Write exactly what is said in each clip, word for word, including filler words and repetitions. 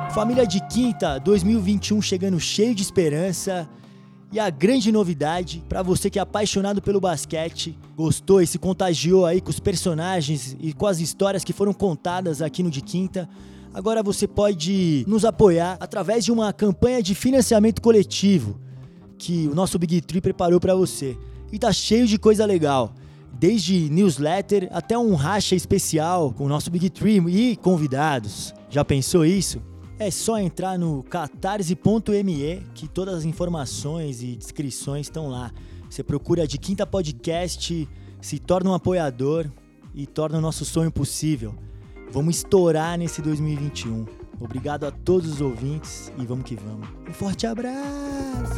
Família de Quinta dois mil e vinte e um chegando cheio de esperança. E a grande novidade, pra você que é apaixonado pelo basquete, gostou e se contagiou aí com os personagens e com as histórias que foram contadas aqui no De Quinta, agora você pode nos apoiar através de uma campanha de financiamento coletivo que o nosso Big Tree preparou pra você. E tá cheio de coisa legal, desde newsletter até um racha especial com o nosso Big Tree e convidados. Já pensou isso? É só entrar no catarse ponto me que todas as informações e descrições estão lá. Você procura De Quinta Podcast, se torna um apoiador e torna o nosso sonho possível. Vamos estourar nesse dois mil e vinte e um. Obrigado a todos os ouvintes e vamos que vamos. Um forte abraço!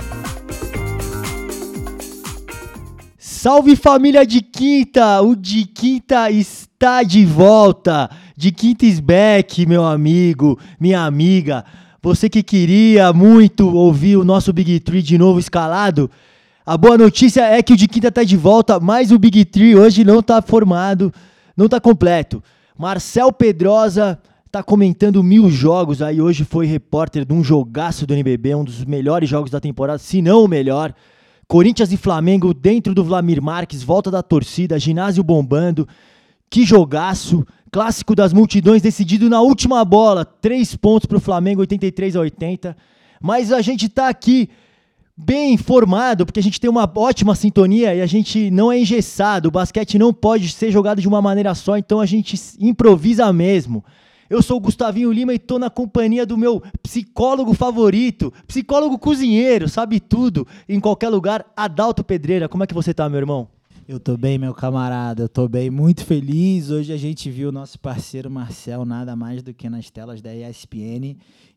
Salve família de Quinta! O De Quinta está de volta! De Quinta is back, meu amigo, minha amiga. Você que queria muito ouvir o nosso Big Tree de novo escalado, a boa notícia é que o De Quinta está de volta, mas o Big Tree hoje não está formado, não está completo. Marcel Pedrosa está comentando mil jogos, aí hoje foi repórter de um jogaço do N B B, um dos melhores jogos da temporada, se não o melhor. Corinthians e Flamengo dentro do Vlamir Marques, volta da torcida, ginásio bombando, que jogaço, clássico das multidões decidido na última bola, três pontos para o Flamengo, oitenta e três a oitenta, mas a gente está aqui bem informado, porque a gente tem uma ótima sintonia e a gente não é engessado, o basquete não pode ser jogado de uma maneira só, então a gente improvisa mesmo. Eu sou o Gustavinho Lima e estou na companhia do meu psicólogo favorito, psicólogo cozinheiro, sabe tudo, em qualquer lugar, Adalto Pedreira. Como é que você tá, meu irmão? Eu tô bem, meu camarada, eu tô bem, muito feliz. Hoje a gente viu o nosso parceiro Marcel nada mais do que nas telas da E S P N,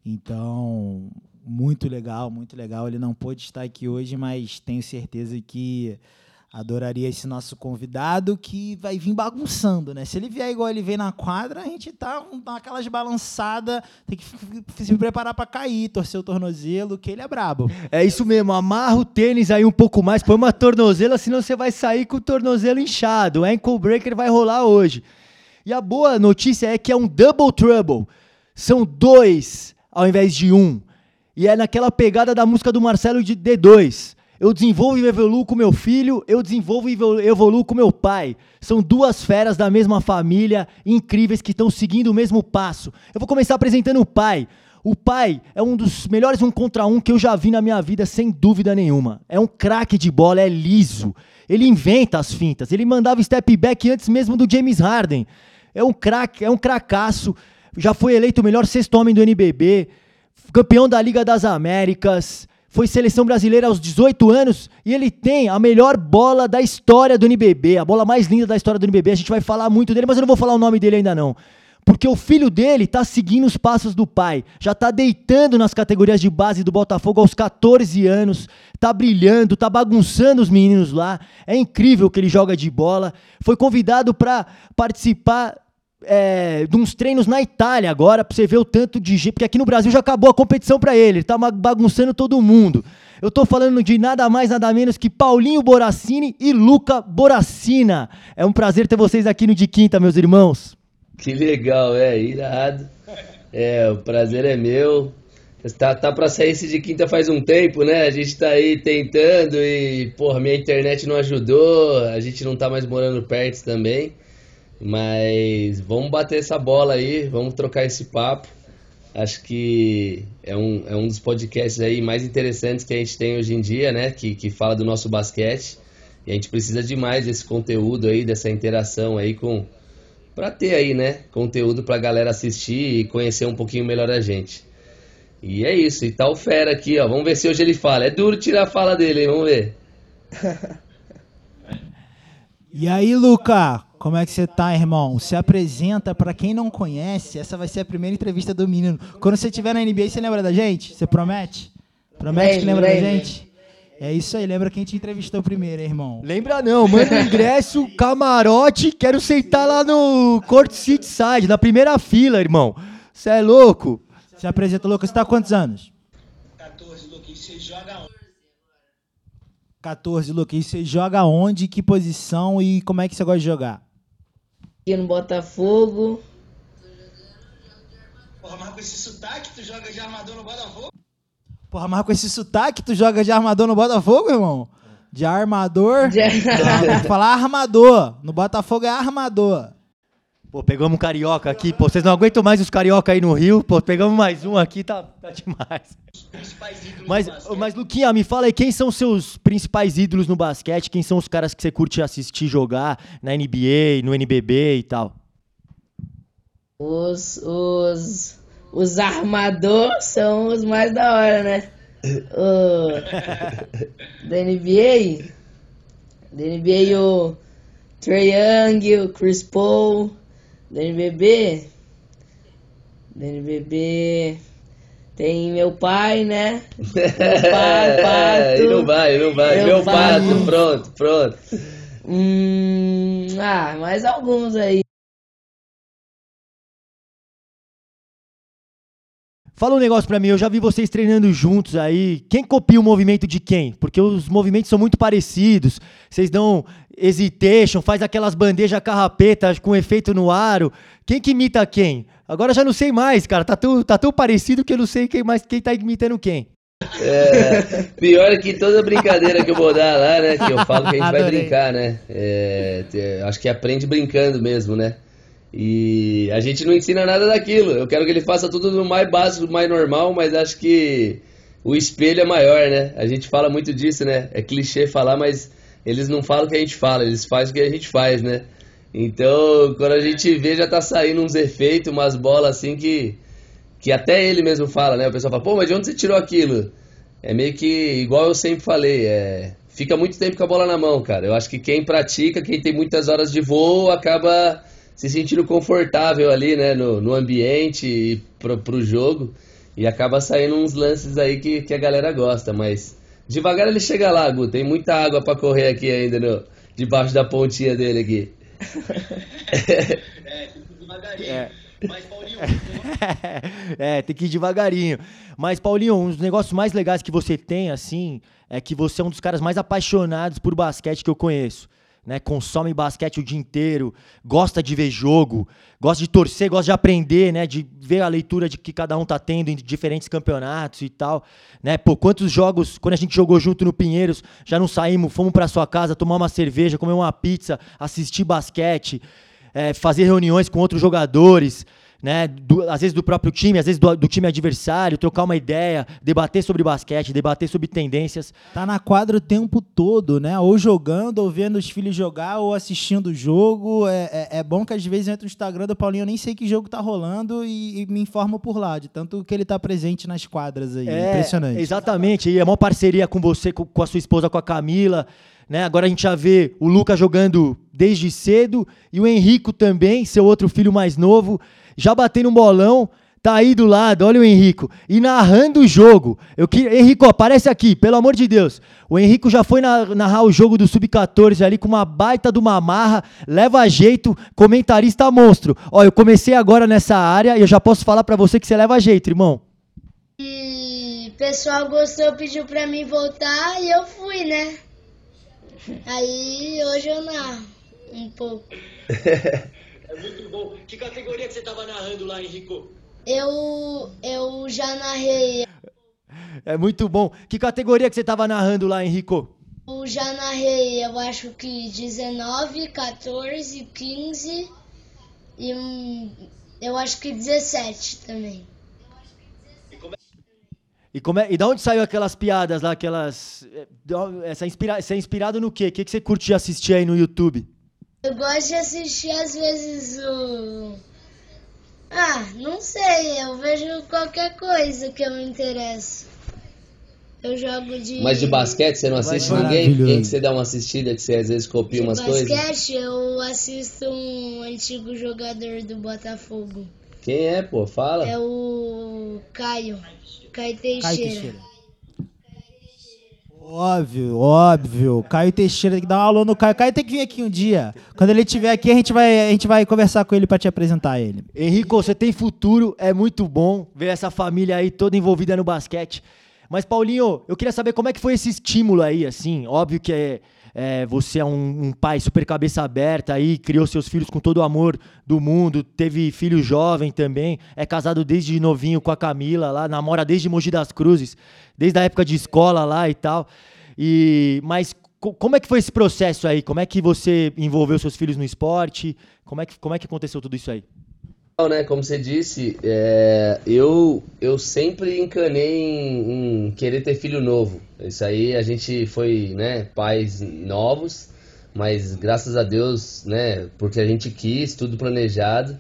então muito legal, muito legal. Ele não pôde estar aqui hoje, mas tenho certeza que adoraria esse nosso convidado que vai vir bagunçando, né? Se ele vier igual ele veio na quadra, a gente tá naquelas balançadas, tem que se preparar para cair, torcer o tornozelo, que ele é brabo. É isso mesmo, amarra o tênis aí um pouco mais, põe uma tornozela, senão você vai sair com o tornozelo inchado. O ankle breaker vai rolar hoje. E a boa notícia é que é um double trouble. São dois ao invés de um. E é naquela pegada da música do Marcelo de D dois. Eu desenvolvo e evoluo com meu filho, eu desenvolvo e evoluo com meu pai. São duas feras da mesma família, incríveis, que estão seguindo o mesmo passo. Eu vou começar apresentando o pai. O pai é um dos melhores um contra um que eu já vi na minha vida, sem dúvida nenhuma. É um craque de bola, é liso. Ele inventa as fintas, ele mandava step back antes mesmo do James Harden. É um craque, é um cracaço. Já foi eleito o melhor sexto homem do N B B, campeão da Liga das Américas. Foi seleção brasileira aos dezoito anos e ele tem a melhor bola da história do N B B, a bola mais linda da história do N B B. A gente vai falar muito dele, mas eu não vou falar o nome dele ainda não. Porque o filho dele tá seguindo os passos do pai, já tá deitando nas categorias de base do Botafogo aos catorze anos, tá brilhando, tá bagunçando os meninos lá. É incrível que ele joga de bola. Foi convidado para participar É, de uns treinos na Itália agora, pra você ver o tanto de gente, porque aqui no Brasil já acabou a competição pra ele, ele tá bagunçando todo mundo. Eu tô falando de nada mais, nada menos que Paulinho Borassini e Luca Boracina. É um prazer ter vocês aqui no De Quinta, meus irmãos. Que legal, é, irado. É, o prazer é meu. Tá, tá pra sair esse De Quinta faz um tempo, né? A gente tá aí tentando e, porra, minha internet não ajudou, a gente não tá mais morando perto também. Mas vamos bater essa bola aí, vamos trocar esse papo. Acho que é um, é um dos podcasts aí mais interessantes que a gente tem hoje em dia, né? Que, que fala do nosso basquete. E a gente precisa demais desse conteúdo aí, dessa interação aí com... Pra ter aí, né? Conteúdo pra galera assistir e conhecer um pouquinho melhor a gente. E é isso, e tá o fera aqui, ó. Vamos ver se hoje ele fala. É duro tirar a fala dele, hein? Vamos ver. E aí, Luca? Como é que você tá, irmão? Se apresenta pra quem não conhece. Essa vai ser a primeira entrevista do menino. Quando você estiver na N B A, você lembra da gente? Você promete? Promete que lembra da gente? É isso aí, lembra quem te entrevistou primeiro, hein, irmão? Lembra não, manda o ingresso, camarote, quero sentar lá no Court City Side, na primeira fila, irmão. Você é louco? Se apresenta, Lucas, você tá há quantos anos? catorze, Lucas, você joga onde? catorze, Lucas, você joga onde, que posição e como é que você gosta de jogar? Aqui no Botafogo. Porra, mas com esse sotaque, tu joga de armador no Botafogo? Porra, mas com esse sotaque, tu joga de armador no Botafogo, irmão? De armador? De- Não, tem que falar armador. No Botafogo é armador. Pô, pegamos um carioca aqui, pô, vocês não aguentam mais os carioca aí no Rio, pô, pegamos mais um aqui, tá, tá demais. Principais ídolos Mas, do basquete. mas, Luquinha, me fala aí, quem são seus principais ídolos no basquete? Quem são os caras que você curte assistir jogar na N B A, no N B B e tal? Os, os, os armadores são os mais da hora, né? O, da N B A, da N B A o Trae Young, o Chris Paul, da N B B, da N B B tem meu pai, né? Meu pai, Pato. E não vai, não vai. Meu Meu, pai. pato, pronto, pronto. Hum, ah, mais alguns aí. Fala um negócio pra mim, eu já vi vocês treinando juntos aí. Quem copia o movimento de quem? Porque os movimentos são muito parecidos. Vocês dão hesitation, faz aquelas bandejas carrapetas com efeito no aro. Quem que imita quem? Agora eu já não sei mais, cara. Tá tão, tá tão parecido que eu não sei quem mais quem tá imitando quem. É, pior que toda brincadeira que eu vou dar lá, né? Que eu falo que a gente vai Adorei. brincar, né? É, te- acho que aprende brincando mesmo, né? E a gente não ensina nada daquilo. Eu quero que ele faça tudo no mais básico, no mais normal, mas acho que o espelho é maior, né? A gente fala muito disso, né? É clichê falar, mas eles não falam o que a gente fala, eles fazem o que a gente faz, né? Então, quando a gente vê, já tá saindo uns efeitos, umas bolas assim que, que até ele mesmo fala, né? O pessoal fala, pô, mas de onde você tirou aquilo? É meio que, igual eu sempre falei, é, fica muito tempo com a bola na mão, cara. Eu acho que quem pratica, quem tem muitas horas de voo, acaba se sentindo confortável ali, né, no, no ambiente e pro, pro jogo, e acaba saindo uns lances aí que, que a galera gosta, mas devagar ele chega lá, Gu, tem muita água pra correr aqui ainda, no, debaixo da pontinha dele aqui. É, fica devagarinho. É. Mas, Paulinho, um negócio- É, tem que ir devagarinho. Mas, Paulinho, um dos negócios mais legais que você tem, assim, é que você é um dos caras mais apaixonados por basquete que eu conheço. Né? Consome basquete o dia inteiro, gosta de ver jogo, gosta de torcer, gosta de aprender, né? De ver a leitura de que cada um tá tendo em diferentes campeonatos e tal. Né? Pô, quantos jogos, quando a gente jogou junto no Pinheiros, já não saímos, fomos pra sua casa tomar uma cerveja, comer uma pizza, assistir basquete, é, fazer reuniões com outros jogadores, né? Do- às vezes do próprio time, às vezes do, do time adversário, trocar uma ideia, debater sobre basquete, debater sobre tendências. Tá na quadra o tempo todo, né? Ou jogando, ou vendo os filhos jogar, ou assistindo o jogo. É, é, é bom que às vezes eu entro no Instagram do Paulinho, eu nem sei que jogo tá rolando e, e me informo por lá, de tanto que ele tá presente nas quadras aí. É, Impressionante. Exatamente. E é uma parceria com você, com, com a sua esposa, com a Camila. Né? Agora a gente já vê o Lucas jogando desde cedo e o Henrico também, seu outro filho mais novo, já batendo um bolão, tá aí do lado, olha o Henrico, e narrando o jogo. Eu que... Henrico, aparece aqui, pelo amor de Deus. O Henrico já foi na- narrar o jogo do sub quatorze ali com uma baita de uma marra, leva jeito, comentarista monstro. Ó, eu comecei agora nessa área e eu já posso falar pra você que você leva jeito, irmão. E o pessoal gostou, pediu pra mim voltar e eu fui, né? Aí hoje eu narro um pouco. é muito bom. Que categoria que você tava narrando lá, Henrico? Eu, eu já narrei, É muito bom. Que categoria que você tava narrando lá, Henrico? eu já narrei, eu acho que dezenove, quatorze, quinze e hum, eu acho que dezessete também. E, como é, e da onde saiu aquelas piadas lá, aquelas... é, da- Essa inspira, você é inspirado no quê? O que, que você curte de assistir aí no YouTube? Eu gosto de assistir às vezes o... Ah, não sei, eu vejo qualquer coisa que eu me interesso. Eu jogo de... Mas de basquete você não assiste Vai, ninguém? maravilhoso. Quem que você dá uma assistida, que você às vezes copia De umas coisas? basquete, eu assisto um antigo jogador do Botafogo. Quem é, pô? Fala. É o Caio. Caio Teixeira. Caio Teixeira. Óbvio, óbvio. Caio Teixeira tem que dar uma aula no Caio. Caio tem que vir aqui um dia. Quando ele estiver aqui, a gente vai, a gente vai conversar com ele pra te apresentar ele. Henrico, você tem futuro, é muito bom ver essa família aí toda envolvida no basquete. Mas, Paulinho, eu queria saber como é que foi esse estímulo aí, assim. Óbvio que é, É, você é um, um pai super cabeça aberta aí, criou seus filhos com todo o amor do mundo, teve filho jovem também, é casado desde novinho com a Camila lá, namora desde Mogi das Cruzes, desde a época de escola lá e tal. E, mas co- como é que foi esse processo aí? Como é que você envolveu seus filhos no esporte? Como é que, como é que aconteceu tudo isso aí? Não, né? Como você disse, é, eu, eu sempre encanei em, em querer ter filho novo. Isso aí a gente foi, né, pais novos, mas graças a Deus, né, porque a gente quis, tudo planejado.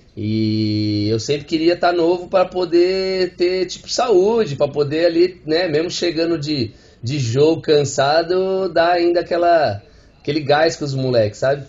E eu sempre queria estar novo para poder ter, tipo, saúde, para poder ali, né, mesmo chegando de, de jogo cansado, dar ainda aquela, aquele gás com os moleques, sabe?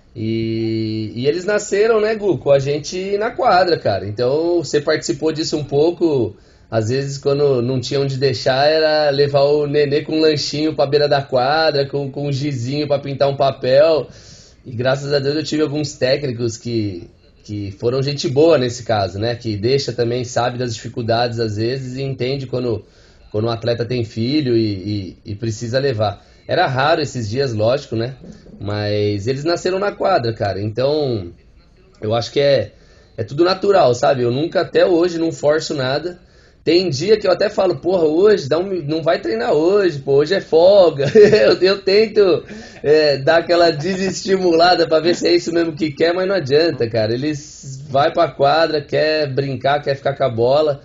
E, e eles nasceram, né, Gu, com a gente na quadra, cara. Então você participou disso um pouco. Às vezes, quando não tinha onde deixar, era levar o nenê com um lanchinho pra beira da quadra, com, com um gizinho pra pintar um papel. E graças a Deus eu tive alguns técnicos que, que foram gente boa nesse caso, né? Que deixa também, sabe das dificuldades às vezes e entende quando, quando um atleta tem filho e, e, e precisa levar. Era raro esses dias, lógico, né? Mas eles nasceram na quadra, cara. Então, eu acho que é, é tudo natural, sabe? Eu nunca, até hoje, não forço nada. Tem dia que eu até falo, porra, hoje dá um, não vai treinar hoje, pô, hoje é folga. eu, eu tento é, dar aquela desestimulada pra ver se é isso mesmo que quer, mas não adianta, cara. Eles vai pra quadra, quer brincar, quer ficar com a bola.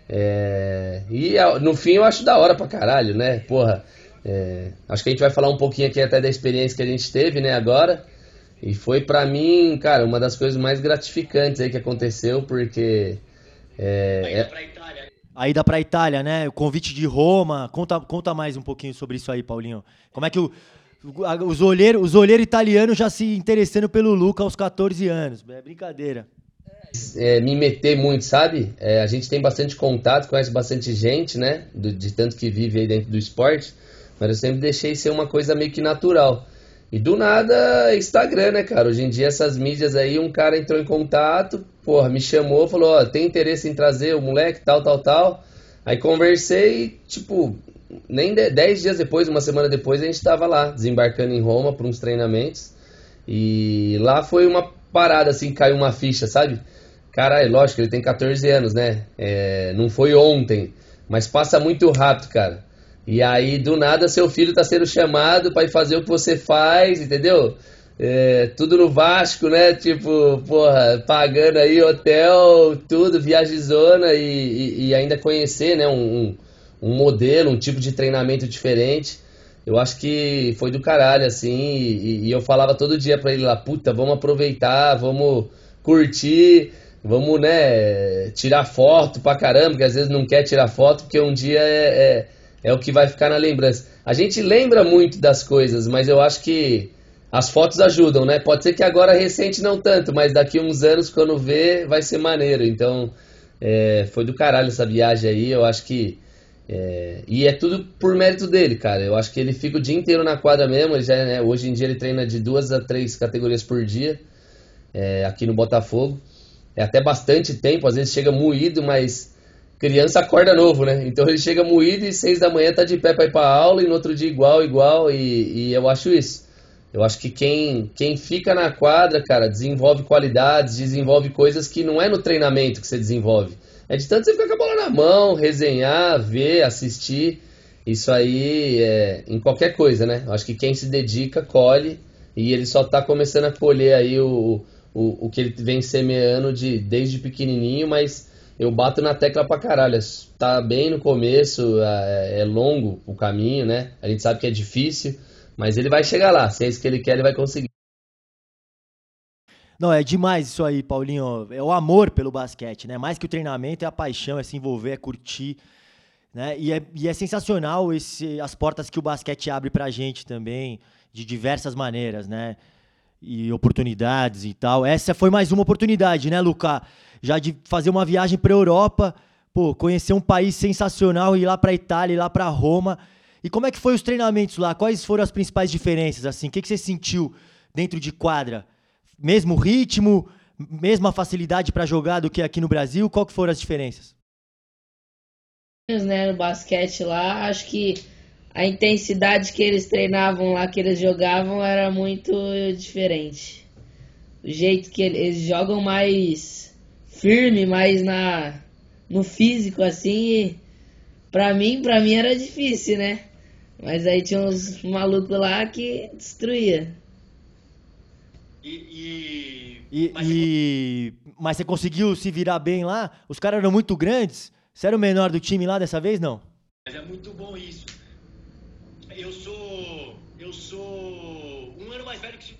É, e no fim eu acho da hora pra caralho, né? Porra. É, acho que a gente vai falar um pouquinho aqui até da experiência que a gente teve, né, agora. E foi pra mim, cara, uma das coisas mais gratificantes aí que aconteceu, porque é, Aí é, pra Itália. A ida pra Itália, né? O convite de Roma. Conta, conta mais um pouquinho sobre isso aí, Paulinho. Como é que o, o- a- os olheiros os olheiro italianos já se interessando pelo Luca aos catorze anos? É brincadeira. é, me meter muito, sabe? É, a gente tem bastante contato, conhece bastante gente, né? Do- de tanto que vive aí dentro do esporte, mas eu sempre deixei ser uma coisa meio que natural. E do nada, Instagram, né, cara? Hoje em dia, essas mídias aí, um cara entrou em contato, porra, me chamou, falou, ó, tem interesse em trazer o moleque, tal, tal, tal. Aí conversei e, tipo, nem de- dez dias depois, uma semana depois, a gente tava lá, desembarcando em Roma para uns treinamentos. E lá foi uma parada, assim, caiu uma ficha, sabe? Caralho, lógico, ele tem catorze anos, né? É, não foi ontem, mas passa muito rápido, cara. E aí, do nada, seu filho tá sendo chamado pra ir fazer o que você faz, entendeu? É, tudo no Vasco, né? Tipo, porra, pagando aí hotel, tudo, viagem-zona e, e, e ainda conhecer, né? Um, um, um modelo, um tipo de treinamento diferente. Eu acho que foi do caralho, assim, e, e eu falava todo dia pra ele lá, puta, vamos aproveitar, vamos curtir, vamos, né, tirar foto pra caramba, que às vezes não quer tirar foto, porque um dia é, é, é o que vai ficar na lembrança. A gente lembra muito das coisas, mas eu acho que as fotos ajudam, né? Pode ser que agora recente não tanto, mas daqui uns anos, quando vê, vai ser maneiro. Então, é, foi do caralho essa viagem aí, eu acho que... É, e é tudo por mérito dele, cara. Eu acho que ele fica o dia inteiro na quadra mesmo. Ele já, né, hoje em dia ele treina de duas a três categorias por dia, é, aqui no Botafogo. É até bastante tempo, às vezes chega moído, mas criança acorda novo, né? Então ele chega moído e seis da manhã tá de pé pra ir pra aula e no outro dia igual, igual. E, e eu acho isso. Eu acho que quem, quem fica na quadra, cara, desenvolve qualidades, desenvolve coisas que não é no treinamento que você desenvolve. É de tanto você ficar com a bola na mão, resenhar, ver, assistir. Isso aí é em qualquer coisa, né? Eu acho que quem se dedica, colhe. E ele só tá começando a colher aí o, o, o que ele vem semeando de, desde pequenininho, mas eu bato na tecla pra caralho. Tá bem no começo, é, é longo o caminho, né? A gente sabe que é difícil, mas ele vai chegar lá. Se é isso que ele quer, ele vai conseguir. Não, é demais isso aí, Paulinho. É o amor pelo basquete, né? Mais que o treinamento, é a paixão, é se envolver, é curtir, né? E é, e é sensacional esse, as portas que o basquete abre pra gente também, de diversas maneiras, né? E oportunidades e tal. Essa foi mais uma oportunidade, né, Luca? Já de fazer uma viagem pra Europa, pô, conhecer um país sensacional, ir lá pra Itália, ir lá pra Roma. E como é que foi os treinamentos lá? Quais foram as principais diferenças, assim? O que, que você sentiu dentro de quadra? Mesmo ritmo, mesma facilidade para jogar do que aqui no Brasil? Qual que foram as diferenças? Né, no basquete lá, acho que a intensidade que eles treinavam lá, que eles jogavam, era muito diferente. O jeito que eles jogam mais firme, mais na, no físico, assim, e pra mim, pra mim era difícil, né? Mas aí tinha uns malucos lá que destruía. E, e... E, Mas e- Mas você conseguiu se virar bem lá? Os caras eram muito grandes? Você era o menor do time lá dessa vez, não? Mas é muito bom isso. Eu sou. Eu sou. Um ano mais velho que.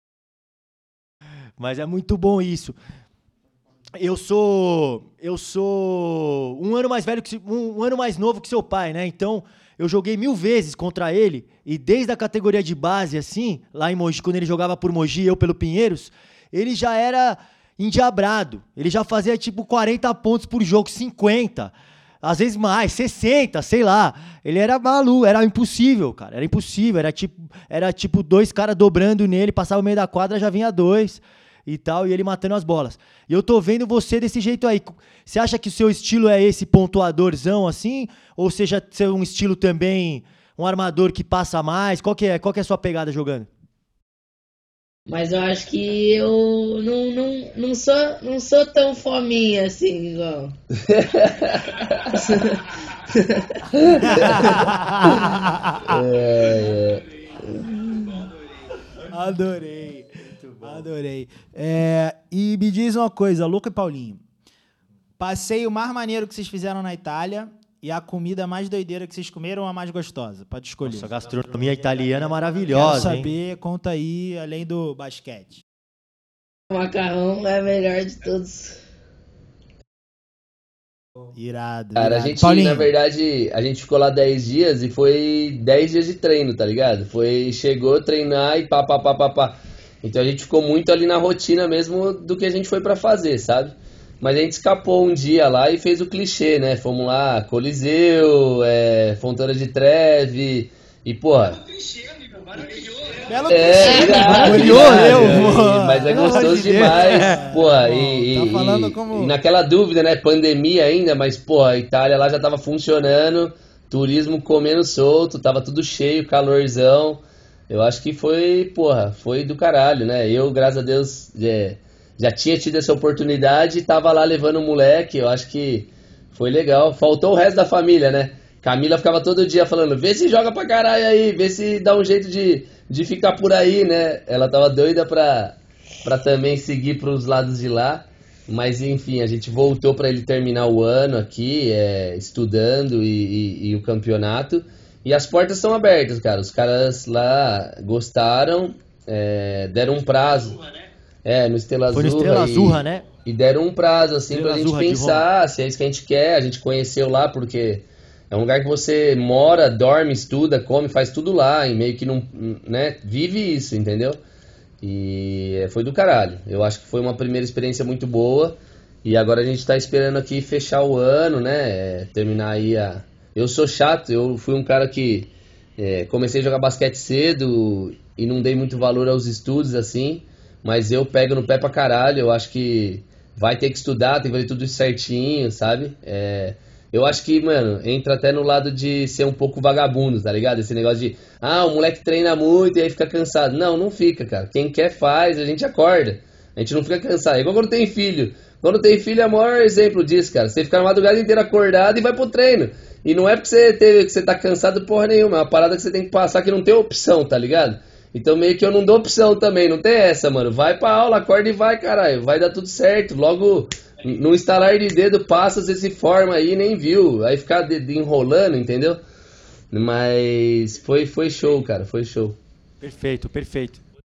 Mas é muito bom isso. Eu sou. Eu sou um ano mais velho que um, um ano mais novo que seu pai, né? Então, eu joguei mil vezes contra ele. E desde a categoria de base, assim, lá em Mogi, quando ele jogava por Mogi, eu pelo Pinheiros, ele já era endiabrado. Ele já fazia tipo quarenta pontos por jogo, cinquenta. Às vezes mais, sessenta, sei lá. Ele era maluco, era impossível, cara. Era impossível. Era tipo, era tipo dois caras dobrando nele, passava o meio da quadra, já vinha dois e tal, e ele matando as bolas. E eu tô vendo você desse jeito aí. Você acha que o seu estilo é esse pontuadorzão assim? Ou seja, ser um estilo também, um armador que passa mais? Qual que é, qual que é a sua pegada jogando? Mas eu acho que eu não, não, não, sou, não sou tão fominha assim, igual. É, Adorei. Adorei. É, e me diz uma coisa, Luca e Paulinho. Passeio mais maneiro que vocês fizeram na Itália e a comida mais doideira que vocês comeram ou a mais gostosa? Pode escolher. Nossa, a gastronomia italiana é Quero maravilhosa, hein? saber, conta aí, além do basquete. O macarrão é o melhor de todos. Irado. Cara, a irado. gente, Paulinho, na verdade, a gente ficou lá dez dias e foi dez dias de treino, tá ligado? Foi, chegou, treinar e pá, pá, pá, pá, pá. Então a gente ficou muito ali na rotina mesmo do que a gente foi pra fazer, sabe? Mas a gente escapou um dia lá e fez o clichê, né? Fomos lá, Coliseu, é, Fontana de Trevi e, porra... belo É, clichê, irado, olhou irado, eu, e- porra. mas é Pelo amor gostoso de Deus. demais, É. porra, Bom, e, tá e- falando e- como- e naquela dúvida, né, pandemia ainda, mas, porra, a Itália lá já tava funcionando, turismo comendo solto, tava tudo cheio, calorzão, eu acho que foi, porra, foi do caralho, né, eu, graças a Deus, é, já tinha tido essa oportunidade e tava lá levando o moleque, eu acho que foi legal, faltou o resto da família, né, Camila ficava todo dia falando, vê se joga pra caralho aí, vê se dá um jeito de, de ficar por aí, né? Ela tava doida pra, pra também seguir pros lados de lá. Mas enfim, a gente voltou pra ele terminar o ano aqui, é, estudando e, e- e o campeonato. E as portas estão abertas, cara. Os caras lá gostaram, é, deram um prazo. É, no Estrela Foi no Azurra. Estrela e- Azurra, né? E deram um prazo, assim, Estrela pra gente Azurra de pensar se é isso que a gente quer. A gente conheceu lá porque é um lugar que você mora, dorme, estuda, come, faz tudo lá. E meio que não, né, vive isso, entendeu? E foi do caralho. Eu acho que foi uma primeira experiência muito boa. E agora a gente tá esperando aqui fechar o ano, né? é, terminar aí a... Eu sou chato, eu fui um cara que é, comecei a jogar basquete cedo e não dei muito valor aos estudos, assim. Mas eu pego no pé pra caralho, eu acho que vai ter que estudar, tem que fazer tudo isso certinho, sabe? É, eu acho que, mano, entra até no lado de ser um pouco vagabundo, tá ligado? Esse negócio de, ah, o moleque treina muito e aí fica cansado. Não, não fica, cara. Quem quer faz, a gente acorda. A gente não fica cansado. É igual quando tem filho. Quando tem filho é o maior exemplo disso, cara. Você fica a madrugada inteira acordado e vai pro treino. E não é porque você, teve, que você tá cansado porra nenhuma. É uma parada que você tem que passar que não tem opção, tá ligado? Então meio que eu não dou opção também. Não tem essa, mano. Vai pra aula, acorda e vai, caralho. Vai dar tudo certo. Logo, no estalar de dedo, passa, você se forma aí e nem viu. Aí ficar de, de enrolando, entendeu? Mas foi, foi show, cara. Foi show. Perfeito, perfeito.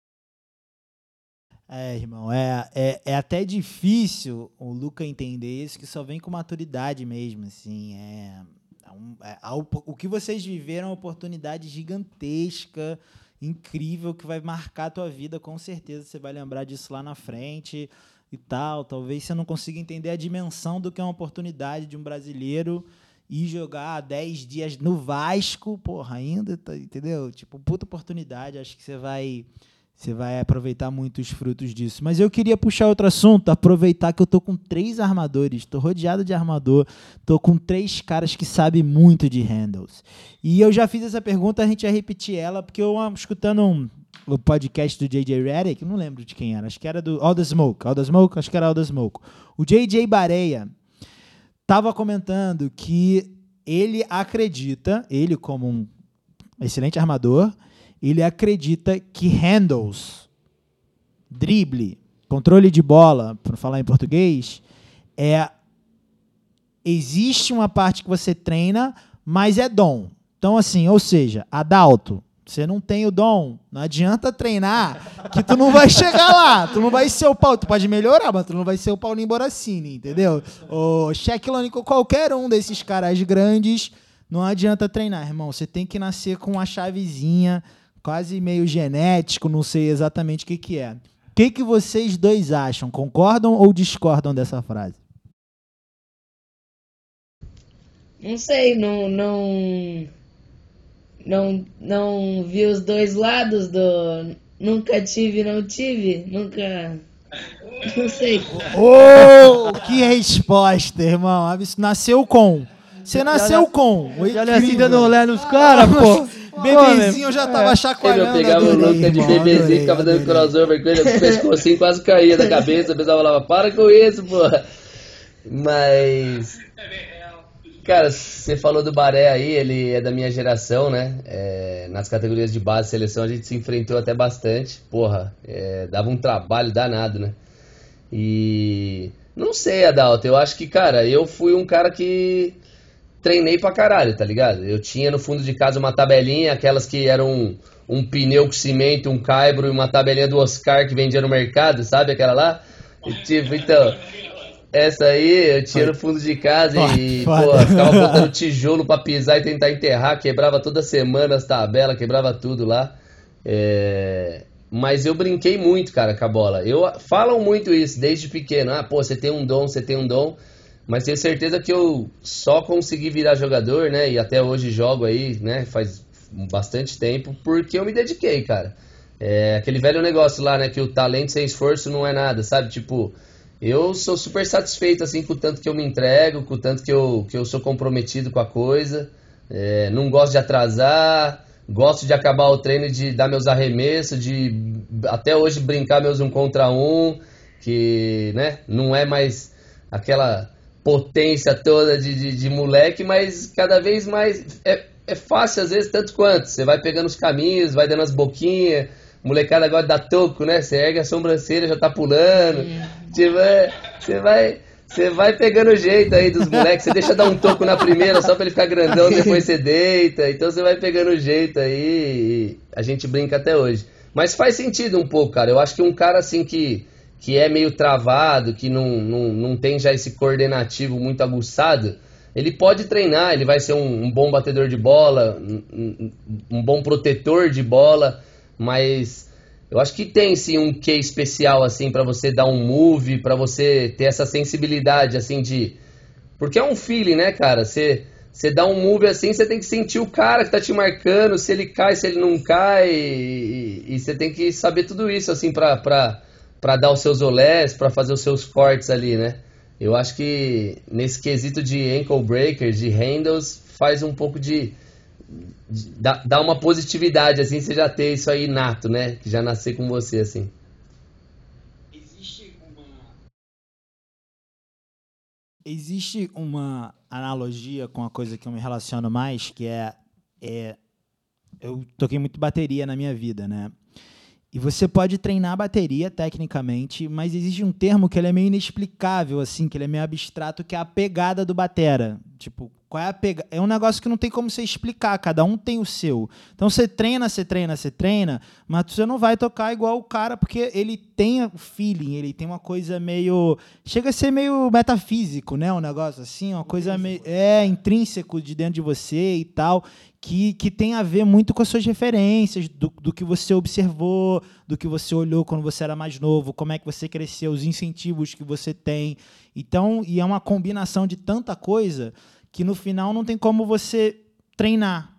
É, irmão, é, é, é até difícil o Luca entender isso, que só vem com maturidade mesmo, assim, é, é um- é a- o que vocês viveram é uma oportunidade gigantesca, incrível, que vai marcar a tua vida, com certeza você vai lembrar disso lá na frente e tal, talvez você não consiga entender a dimensão do que é uma oportunidade de um brasileiro ir jogar dez dias no Vasco, porra, ainda, tá, entendeu? Tipo, puta oportunidade, acho que você vai... Você vai aproveitar muito os frutos disso. Mas eu queria puxar outro assunto, aproveitar que eu tô com três armadores, tô rodeado de armador, tô com três caras que sabem muito de handles. E eu já fiz essa pergunta, a gente vai repetir ela, porque eu escutando um, o podcast do J J Redick, não lembro de quem era, acho que era do All the Smoke, All the Smoke, acho que era All the Smoke. O J J Barea estava comentando que ele acredita, ele como um excelente armador, ele acredita que handles, drible, controle de bola, para falar em português, é, existe uma parte que você treina, mas é dom. Então, assim, ou seja, Adalto, você não tem o dom, não adianta treinar que tu não vai chegar lá, tu não vai ser o Paulo, tu pode melhorar, mas tu não vai ser o Paulinho Borassini, entendeu? O Shaquille O'Neal, qualquer um desses caras grandes, não adianta treinar, irmão, você tem que nascer com uma chavezinha, quase meio genético, não sei exatamente o que que é. O que que vocês dois acham? Concordam ou discordam dessa frase? Não sei, não, não, não, não vi os dois lados do nunca tive, não tive, nunca, não sei. Oh, que resposta, irmão. Nasceu com. Você nasceu com. Olha assim dando olé nos caras, pô. Bebezinho, eu já tava Eu chacoalhando. pegava o adorei, Luca de irmão, bebezinho, adorei, ficava dando adorei. crossover com ele, o pescocinho quase caía da cabeça, o pessoal falava, para com isso, porra. Mas, cara, você falou do Baré aí, ele é da minha geração, né? É, nas categorias de base, seleção, a gente se enfrentou até bastante. Porra, é, dava um trabalho danado, né? E não sei, Adalto, eu acho que, cara, eu fui um cara que treinei pra caralho, tá ligado? Eu tinha no fundo de casa uma tabelinha, aquelas que eram um, um pneu com cimento, um caibro e uma tabelinha do Oscar que vendia no mercado, sabe aquela lá? E, tipo, então, essa aí eu tinha no fundo de casa e, Foda, pô, foda. ficava botando tijolo pra pisar e tentar enterrar, quebrava toda semana as tabelas, quebrava tudo lá. É... Mas eu brinquei muito, cara, com a bola. Eu, falam muito isso desde pequeno. Ah, pô, você tem um dom, você tem um dom. Mas tenho certeza que eu só consegui virar jogador, né? E até hoje jogo aí, né? Faz bastante tempo, porque eu me dediquei, cara. É aquele velho negócio lá, né? Que o talento sem esforço não é nada, sabe? Tipo, eu sou super satisfeito, assim, com o tanto que eu me entrego, com o tanto que eu, que eu sou comprometido com a coisa. É, não gosto de atrasar, gosto de acabar o treino, de dar meus arremessos, de até hoje brincar meus um contra um, que, né? Não é mais aquela potência toda de, de, de moleque, mas cada vez mais é, é fácil às vezes, tanto quanto. Você vai pegando os caminhos, vai dando as boquinhas, molecada agora dá toco, né? Você ergue a sobrancelha, já tá pulando. Tipo, é, você vai, você vai pegando o jeito aí dos moleques, você deixa dar um toco na primeira só pra ele ficar grandão, depois você deita. Então você vai pegando o jeito aí e a gente brinca até hoje. Mas faz sentido um pouco, cara. Eu acho que um cara assim que que é meio travado, que não, não, não tem já esse coordenativo muito aguçado, ele pode treinar, ele vai ser um, um bom batedor de bola, um, um, um bom protetor de bola, mas eu acho que tem sim um quê especial assim para você dar um move, para você ter essa sensibilidade assim de... Porque é um feeling, né, cara? Você, você dá um move assim, você tem que sentir o cara que tá te marcando, se ele cai, se ele não cai, e, e você tem que saber tudo isso assim pra... pra para dar os seus olés, para fazer os seus fortes ali, né? Eu acho que nesse quesito de ankle breakers, de handles, faz um pouco de... de dá, dá uma positividade, assim, você já ter isso aí nato, né? Que já nascer com você, assim. Existe uma... Existe uma analogia com a coisa que eu me relaciono mais, que é... é eu toquei muito bateria na minha vida, né? E você pode treinar a bateria, tecnicamente, mas existe um termo que ele é meio inexplicável, assim, que ele é meio abstrato, que é a pegada do batera. Tipo, qual é a pegada? É um negócio que não tem como você explicar, cada um tem o seu. Então você treina, você treina, você treina, mas você não vai tocar igual o cara, porque ele tem o feeling, ele tem uma coisa meio... Chega a ser meio metafísico, né? Um negócio assim, uma coisa meio... É, intrínseco de dentro de você e tal... Que, que tem a ver muito com as suas referências, do, do que você observou, do que você olhou quando você era mais novo, como é que você cresceu, os incentivos que você tem. Então, e é uma combinação de tanta coisa que no final não tem como você treinar.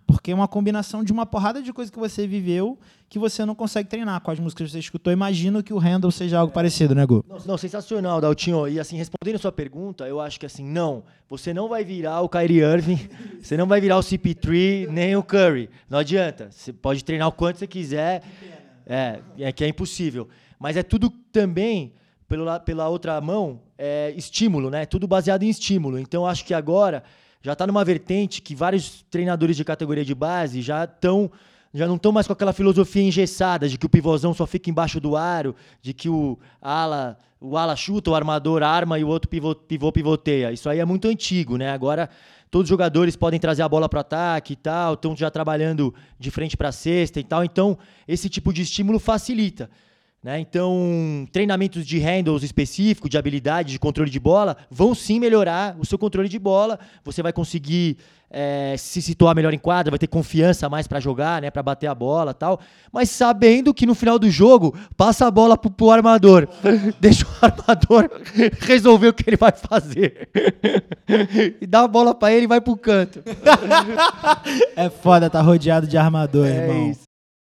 porque é uma combinação de uma porrada de coisa que você viveu que você não consegue treinar com as músicas que você escutou. Imagino que o Handle seja algo parecido, né, Gu? Não, não, sensacional, Daltinho. E assim, respondendo a sua pergunta, eu acho que assim, não, você não vai virar o Kyrie Irving, você não vai virar o C P três, nem o Curry. Não adianta. Você pode treinar o quanto você quiser. É, é que é impossível. Mas é tudo também, pela, pela outra mão, é estímulo, né? Tudo baseado em estímulo. Então, acho que agora já está numa vertente que vários treinadores de categoria de base já estão... já não estão mais com aquela filosofia engessada de que o pivôzão só fica embaixo do aro, de que o ala, o ala chuta, o armador arma e o outro pivô, pivô pivoteia. Isso aí é muito antigo, né? Agora todos os jogadores podem trazer a bola para o ataque e tal, estão já trabalhando de frente para a cesta e tal. Então, esse tipo de estímulo facilita, né? Então, treinamentos de handles específicos, de habilidade, de controle de bola, vão sim melhorar o seu controle de bola. Você vai conseguir é, se situar melhor em quadra, vai ter confiança mais para jogar, né, para bater a bola e tal. Mas sabendo que no final do jogo, passa a bola pro, pro armador. Deixa o armador resolver o que ele vai fazer. E dá a bola para ele e vai pro canto. É foda, tá rodeado de armador, É irmão. isso.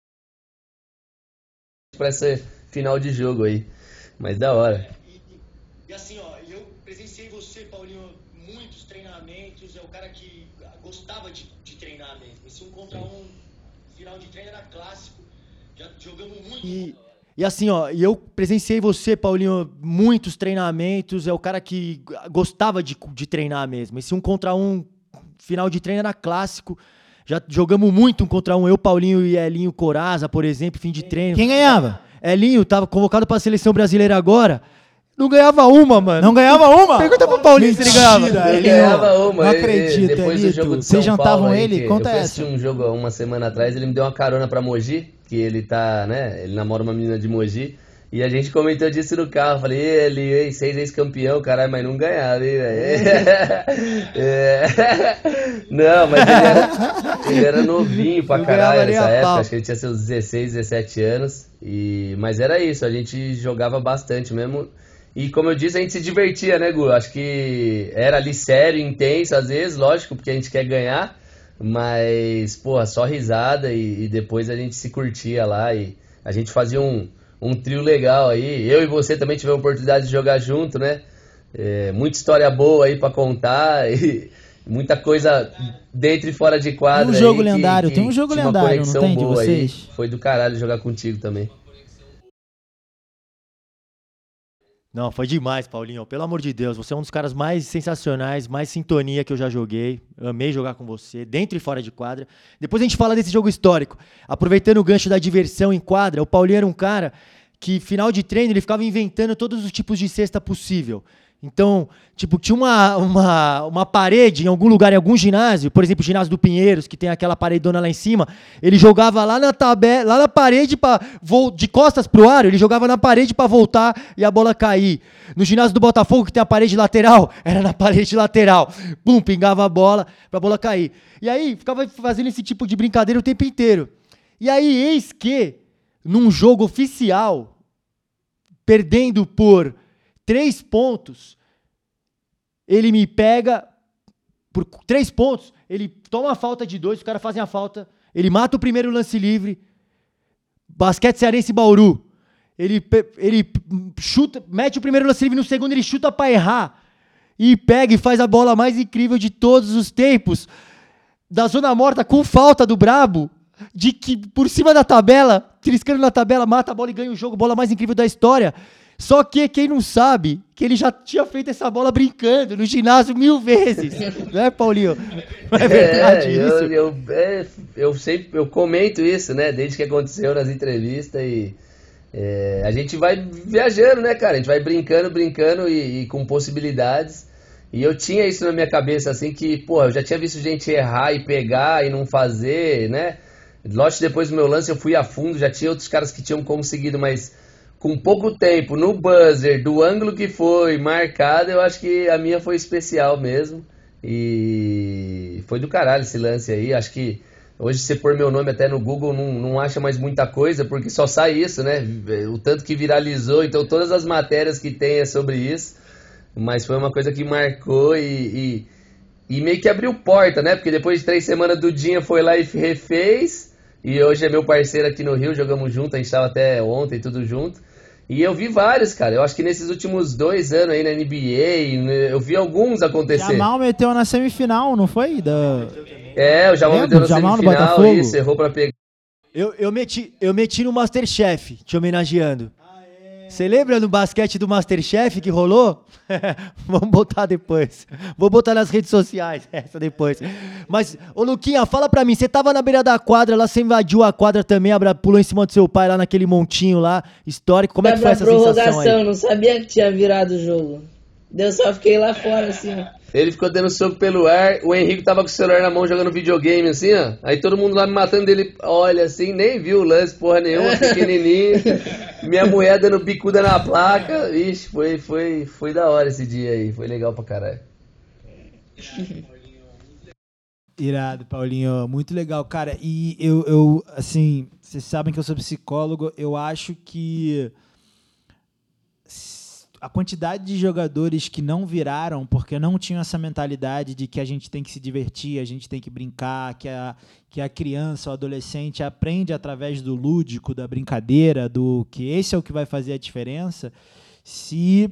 Pra esse final de jogo aí. Mas da hora. E, e assim, ó, eu presenciei você, Paulinho, muitos treinamentos, é o cara que gostava de, de treinar mesmo. Esse um contra um, final de treino era clássico, já jogamos muito. E, e assim, ó, e eu presenciei você, Paulinho, muitos treinamentos, é o cara que gostava de, de treinar mesmo. Esse um contra um, final de treino era clássico. Já jogamos muito um contra um, eu, Paulinho e Elinho Coraza, por exemplo, fim de treino. Quem ganhava? Elinho tava convocado pra seleção brasileira agora. Não ganhava uma, mano. Não ganhava uma? Pergunta pro Paulinho se ele ganhava. Mentira, Ele Elinho. ganhava uma. Não ele- acredito, Depois do Elito. jogo de Vocês São jantavam Paulo aí, ele? que Conta eu fui essa. assistir um jogo há uma semana atrás, ele me deu uma carona pra Mogi, que ele tá, né, ele namora uma menina de Mogi, e a gente comentou disso no carro, falei, ele, ei, seis ex-campeão, caralho, mas não ganhava, hein, velho. É. Não, mas ele era, ele era novinho pra Não caralho ganhava nem nessa a época, pau. acho que ele tinha seus dezesseis, dezessete anos, e... mas era isso, a gente jogava bastante mesmo. E como eu disse, a gente se divertia, né, Gu? Acho que era ali sério, intenso, às vezes, lógico, porque a gente quer ganhar, mas, porra, só risada e, e depois a gente se curtia lá e a gente fazia um, um trio legal aí. Eu e você também tivemos a oportunidade de jogar junto, né? É, muita história boa aí pra contar e muita coisa dentro e fora de quadra. Tem um jogo aí que- lendário, que tem um jogo tinha uma lendário, não conexão tem, de boa aí. vocês? Foi do caralho jogar contigo também. Não, foi demais, Paulinho. Pelo amor de Deus, você é um dos caras mais sensacionais, mais sintonia que eu já joguei. Amei jogar com você, dentro e fora de quadra. Depois a gente fala desse jogo histórico. Aproveitando o gancho da diversão em quadra, o Paulinho era um cara que, final de treino, ele ficava inventando todos os tipos de cesta possível. Então, tipo, tinha uma, uma, uma parede em algum lugar, em algum ginásio, por exemplo, o ginásio do Pinheiros, que tem aquela paredona lá em cima, ele jogava lá na tabela, lá na parede, pra, vo- de costas pro ar, ele jogava na parede para voltar e a bola cair. No ginásio do Botafogo, que tem a parede lateral, era na parede lateral. Pum, pingava a bola pra bola cair. E aí, ficava fazendo esse tipo de brincadeira o tempo inteiro. E aí, eis que, num jogo oficial, perdendo por três pontos, ele me pega por três pontos, ele toma a falta de dois, os caras fazem a falta, ele mata o primeiro lance livre, basquete cearense Bauru, ele, pe- ele chuta, mete o primeiro lance livre, no segundo ele chuta pra errar, e pega e faz a bola mais incrível de todos os tempos, da zona morta com falta do Brabo, de que por cima da tabela, triscando na tabela, mata a bola e ganha o jogo, bola mais incrível da história. Só que quem não sabe, que ele já tinha feito essa bola brincando no ginásio mil vezes. Não é, Paulinho? Não é verdade É, isso? eu, eu, é, eu sempre eu comento isso, né? Desde que aconteceu nas entrevistas e é, a gente vai viajando, né, cara? A gente vai brincando, brincando e, e com possibilidades. E eu tinha isso na minha cabeça, assim, que, pô, eu já tinha visto gente errar e pegar e não fazer, né? Lógico, depois do meu lance eu fui a fundo, já tinha outros caras que tinham conseguido, mas com pouco tempo, no buzzer, do ângulo que foi marcado, eu acho que a minha foi especial mesmo. E foi do caralho esse lance aí. Acho que hoje, se você pôr meu nome até no Google, não, não acha mais muita coisa, porque só sai isso, né? O tanto que viralizou, então todas as matérias que tem é sobre isso. Mas foi uma coisa que marcou e, e e meio que abriu porta, né? Porque depois de três semanas do Dinha foi lá e refez. E hoje é meu parceiro aqui no Rio, jogamos junto, a gente tava até ontem tudo junto. E eu vi vários, cara. Eu acho que nesses últimos dois anos aí na N B A, eu vi alguns acontecer. Jamal meteu na semifinal, não foi? Da... É, o Jamal meteu na Jamal semifinal, no isso, errou pra pegar. Eu, eu, meti, eu meti no Masterchef, te homenageando. Você lembra do basquete do Masterchef que rolou? Vamos botar depois. Vou botar nas redes sociais, essa depois. Mas, ô Luquinha, fala pra mim, você tava na beira da quadra lá, você invadiu a quadra também, pulou em cima do seu pai lá naquele montinho lá, histórico. Como é que foi essa sensação aí? Não sabia que tinha virado o jogo. Eu só fiquei lá fora, assim, ó. Ele ficou dando soco pelo ar, o Henrique tava com o celular na mão jogando videogame, assim, ó. Aí todo mundo lá me matando dele, olha, assim, nem viu o lance, porra nenhuma, pequenininho. Minha mulher dando bicuda na placa. Ixi, foi, foi, foi da hora esse dia aí, foi legal pra caralho. Irado, Paulinho, muito legal, cara. E eu, eu, assim, vocês sabem que eu sou psicólogo, eu acho que a quantidade de jogadores que não viraram porque não tinham essa mentalidade de que a gente tem que se divertir, a gente tem que brincar, que a, que a criança, o adolescente aprende através do lúdico, da brincadeira, do que esse é o que vai fazer a diferença, se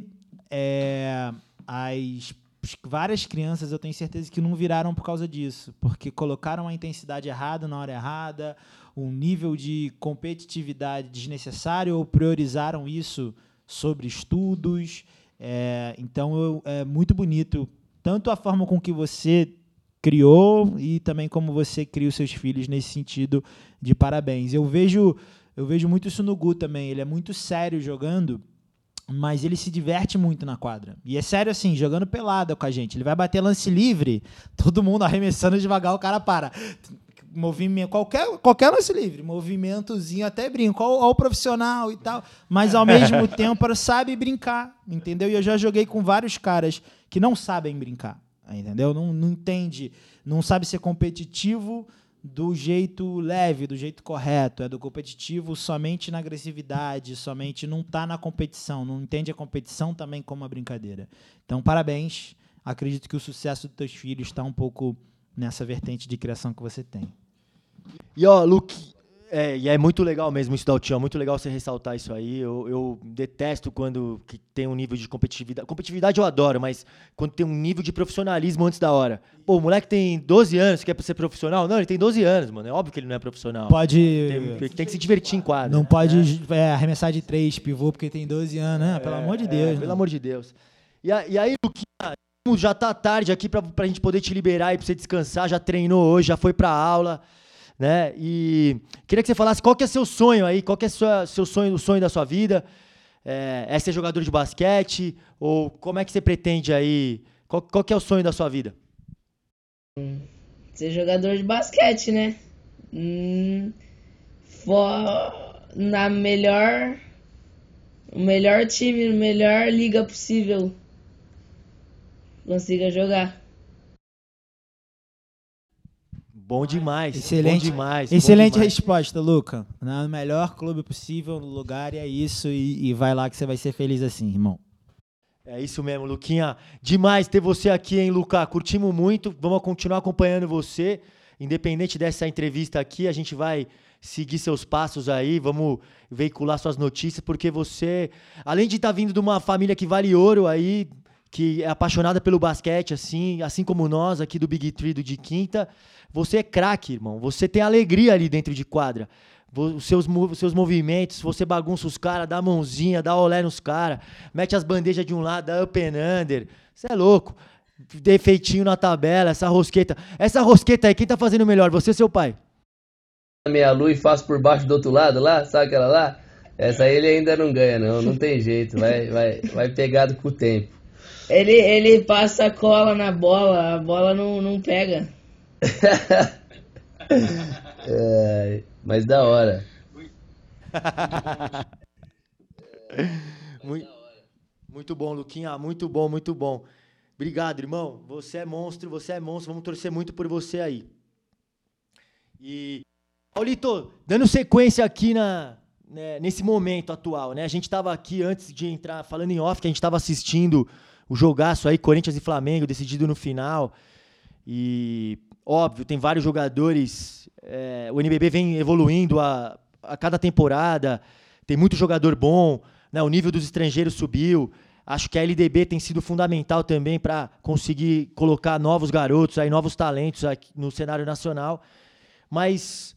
é, as várias crianças, eu tenho certeza que não viraram por causa disso, porque colocaram a intensidade errada na hora errada, um nível de competitividade desnecessário ou priorizaram isso sobre estudos. É, então, eu, é muito bonito, tanto a forma com que você criou e também como você cria os seus filhos nesse sentido de parabéns. Eu vejo, eu vejo muito isso no Gu também, ele é muito sério jogando, mas ele se diverte muito na quadra. E é sério assim, jogando pelada com a gente. Ele vai bater lance livre, todo mundo arremessando devagar, o cara para. Movimento, qualquer, qualquer lance livre, movimentozinho, até brinco, olha o profissional e tal, mas ao mesmo tempo sabe brincar, entendeu? E eu já joguei com vários caras que não sabem brincar, entendeu? Não, não entende, não sabe ser competitivo do jeito leve, do jeito correto, é do competitivo somente na agressividade, somente não está na competição, não entende a competição também como uma brincadeira. Então, parabéns, acredito que o sucesso dos teus filhos está um pouco nessa vertente de criação que você tem. E ó, Luke, é, e é muito legal mesmo isso da Altião, muito legal você ressaltar isso aí. Eu, eu detesto quando que tem um nível de competitividade. Competitividade eu adoro, mas quando tem um nível de profissionalismo antes da hora. Pô, o moleque tem doze anos, quer ser profissional? Não, ele tem doze anos, mano. É óbvio que ele não é profissional. Pode. Tem, tem que se divertir em quadra. Não pode é. É, arremessar de três pivô porque tem doze anos, né? Pelo é, amor de Deus. É, né? Pelo amor de Deus. E, a, e aí, Luquinha, já tá tarde aqui pra, pra gente poder te liberar e pra você descansar. Já treinou hoje, já foi pra aula. Né? E queria que você falasse qual que é seu sonho aí, qual que é sua, seu sonho, o sonho da sua vida, é, é ser jogador de basquete, ou como é que você pretende aí, qual, qual que é o sonho da sua vida? Ser jogador de basquete, né? Hum, for na melhor, o melhor time, na melhor liga possível, consiga jogar. Bom demais, excelente, bom demais. Excelente bom demais. Resposta, Luca. No melhor clube possível, no lugar, e é isso. E, e vai lá que você vai ser feliz assim, irmão. É isso mesmo, Luquinha. Demais ter você aqui, hein, Luca? Curtimos muito. Vamos continuar acompanhando você. Independente dessa entrevista aqui, a gente vai seguir seus passos aí. Vamos veicular suas notícias, porque você, além de estar vindo de uma família que vale ouro aí, que é apaixonada pelo basquete, assim, assim como nós aqui do Big Three do De Quinta, você é craque, irmão. Você tem alegria ali dentro de quadra. Os seus, os seus movimentos, você bagunça os caras, dá a mãozinha, dá olé nos caras, mete as bandejas de um lado, dá up and under. Você é louco. Defeitinho na tabela, essa rosqueta. Essa rosqueta aí, quem tá fazendo melhor? Você ou seu pai? Meia lua e faço por baixo do outro lado lá, sabe aquela lá? Essa aí ele ainda não ganha, não. Não tem jeito. Vai, vai, vai pegado com o tempo. Ele, ele passa cola na bola, a bola não, não pega. É, mas da hora. muito, muito bom, Luquinha. Muito bom, muito bom. Obrigado, irmão. Você é monstro, você é monstro. Vamos torcer muito por você aí. E, Paulito, dando sequência aqui na, né, nesse momento atual, né? A gente estava aqui antes de entrar, falando em off, que a gente estava assistindo o jogaço aí, Corinthians e Flamengo, decidido no final. E, óbvio, tem vários jogadores. É, o N B B vem evoluindo a, a cada temporada. Tem muito jogador bom, né? O nível dos estrangeiros subiu. Acho que a L D B tem sido fundamental também para conseguir colocar novos garotos, aí, novos talentos aqui no cenário nacional. Mas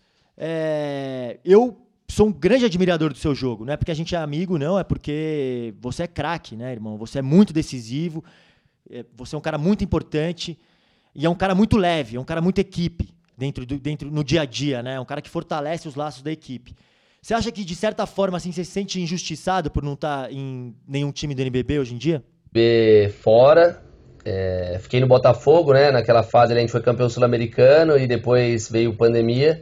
é, eu sou um grande admirador do seu jogo. Não é porque a gente é amigo, não. É porque você é craque, né, irmão? Você é muito decisivo. Você é um cara muito importante. E é um cara muito leve, é um cara muito equipe dentro do, dentro, no dia a dia, né? É um cara que fortalece os laços da equipe. Você acha que, de certa forma, assim, você se sente injustiçado por não estar em nenhum time do N B B hoje em dia? B fora, é, fiquei no Botafogo, né? Naquela fase a gente foi campeão sul-americano e depois veio pandemia.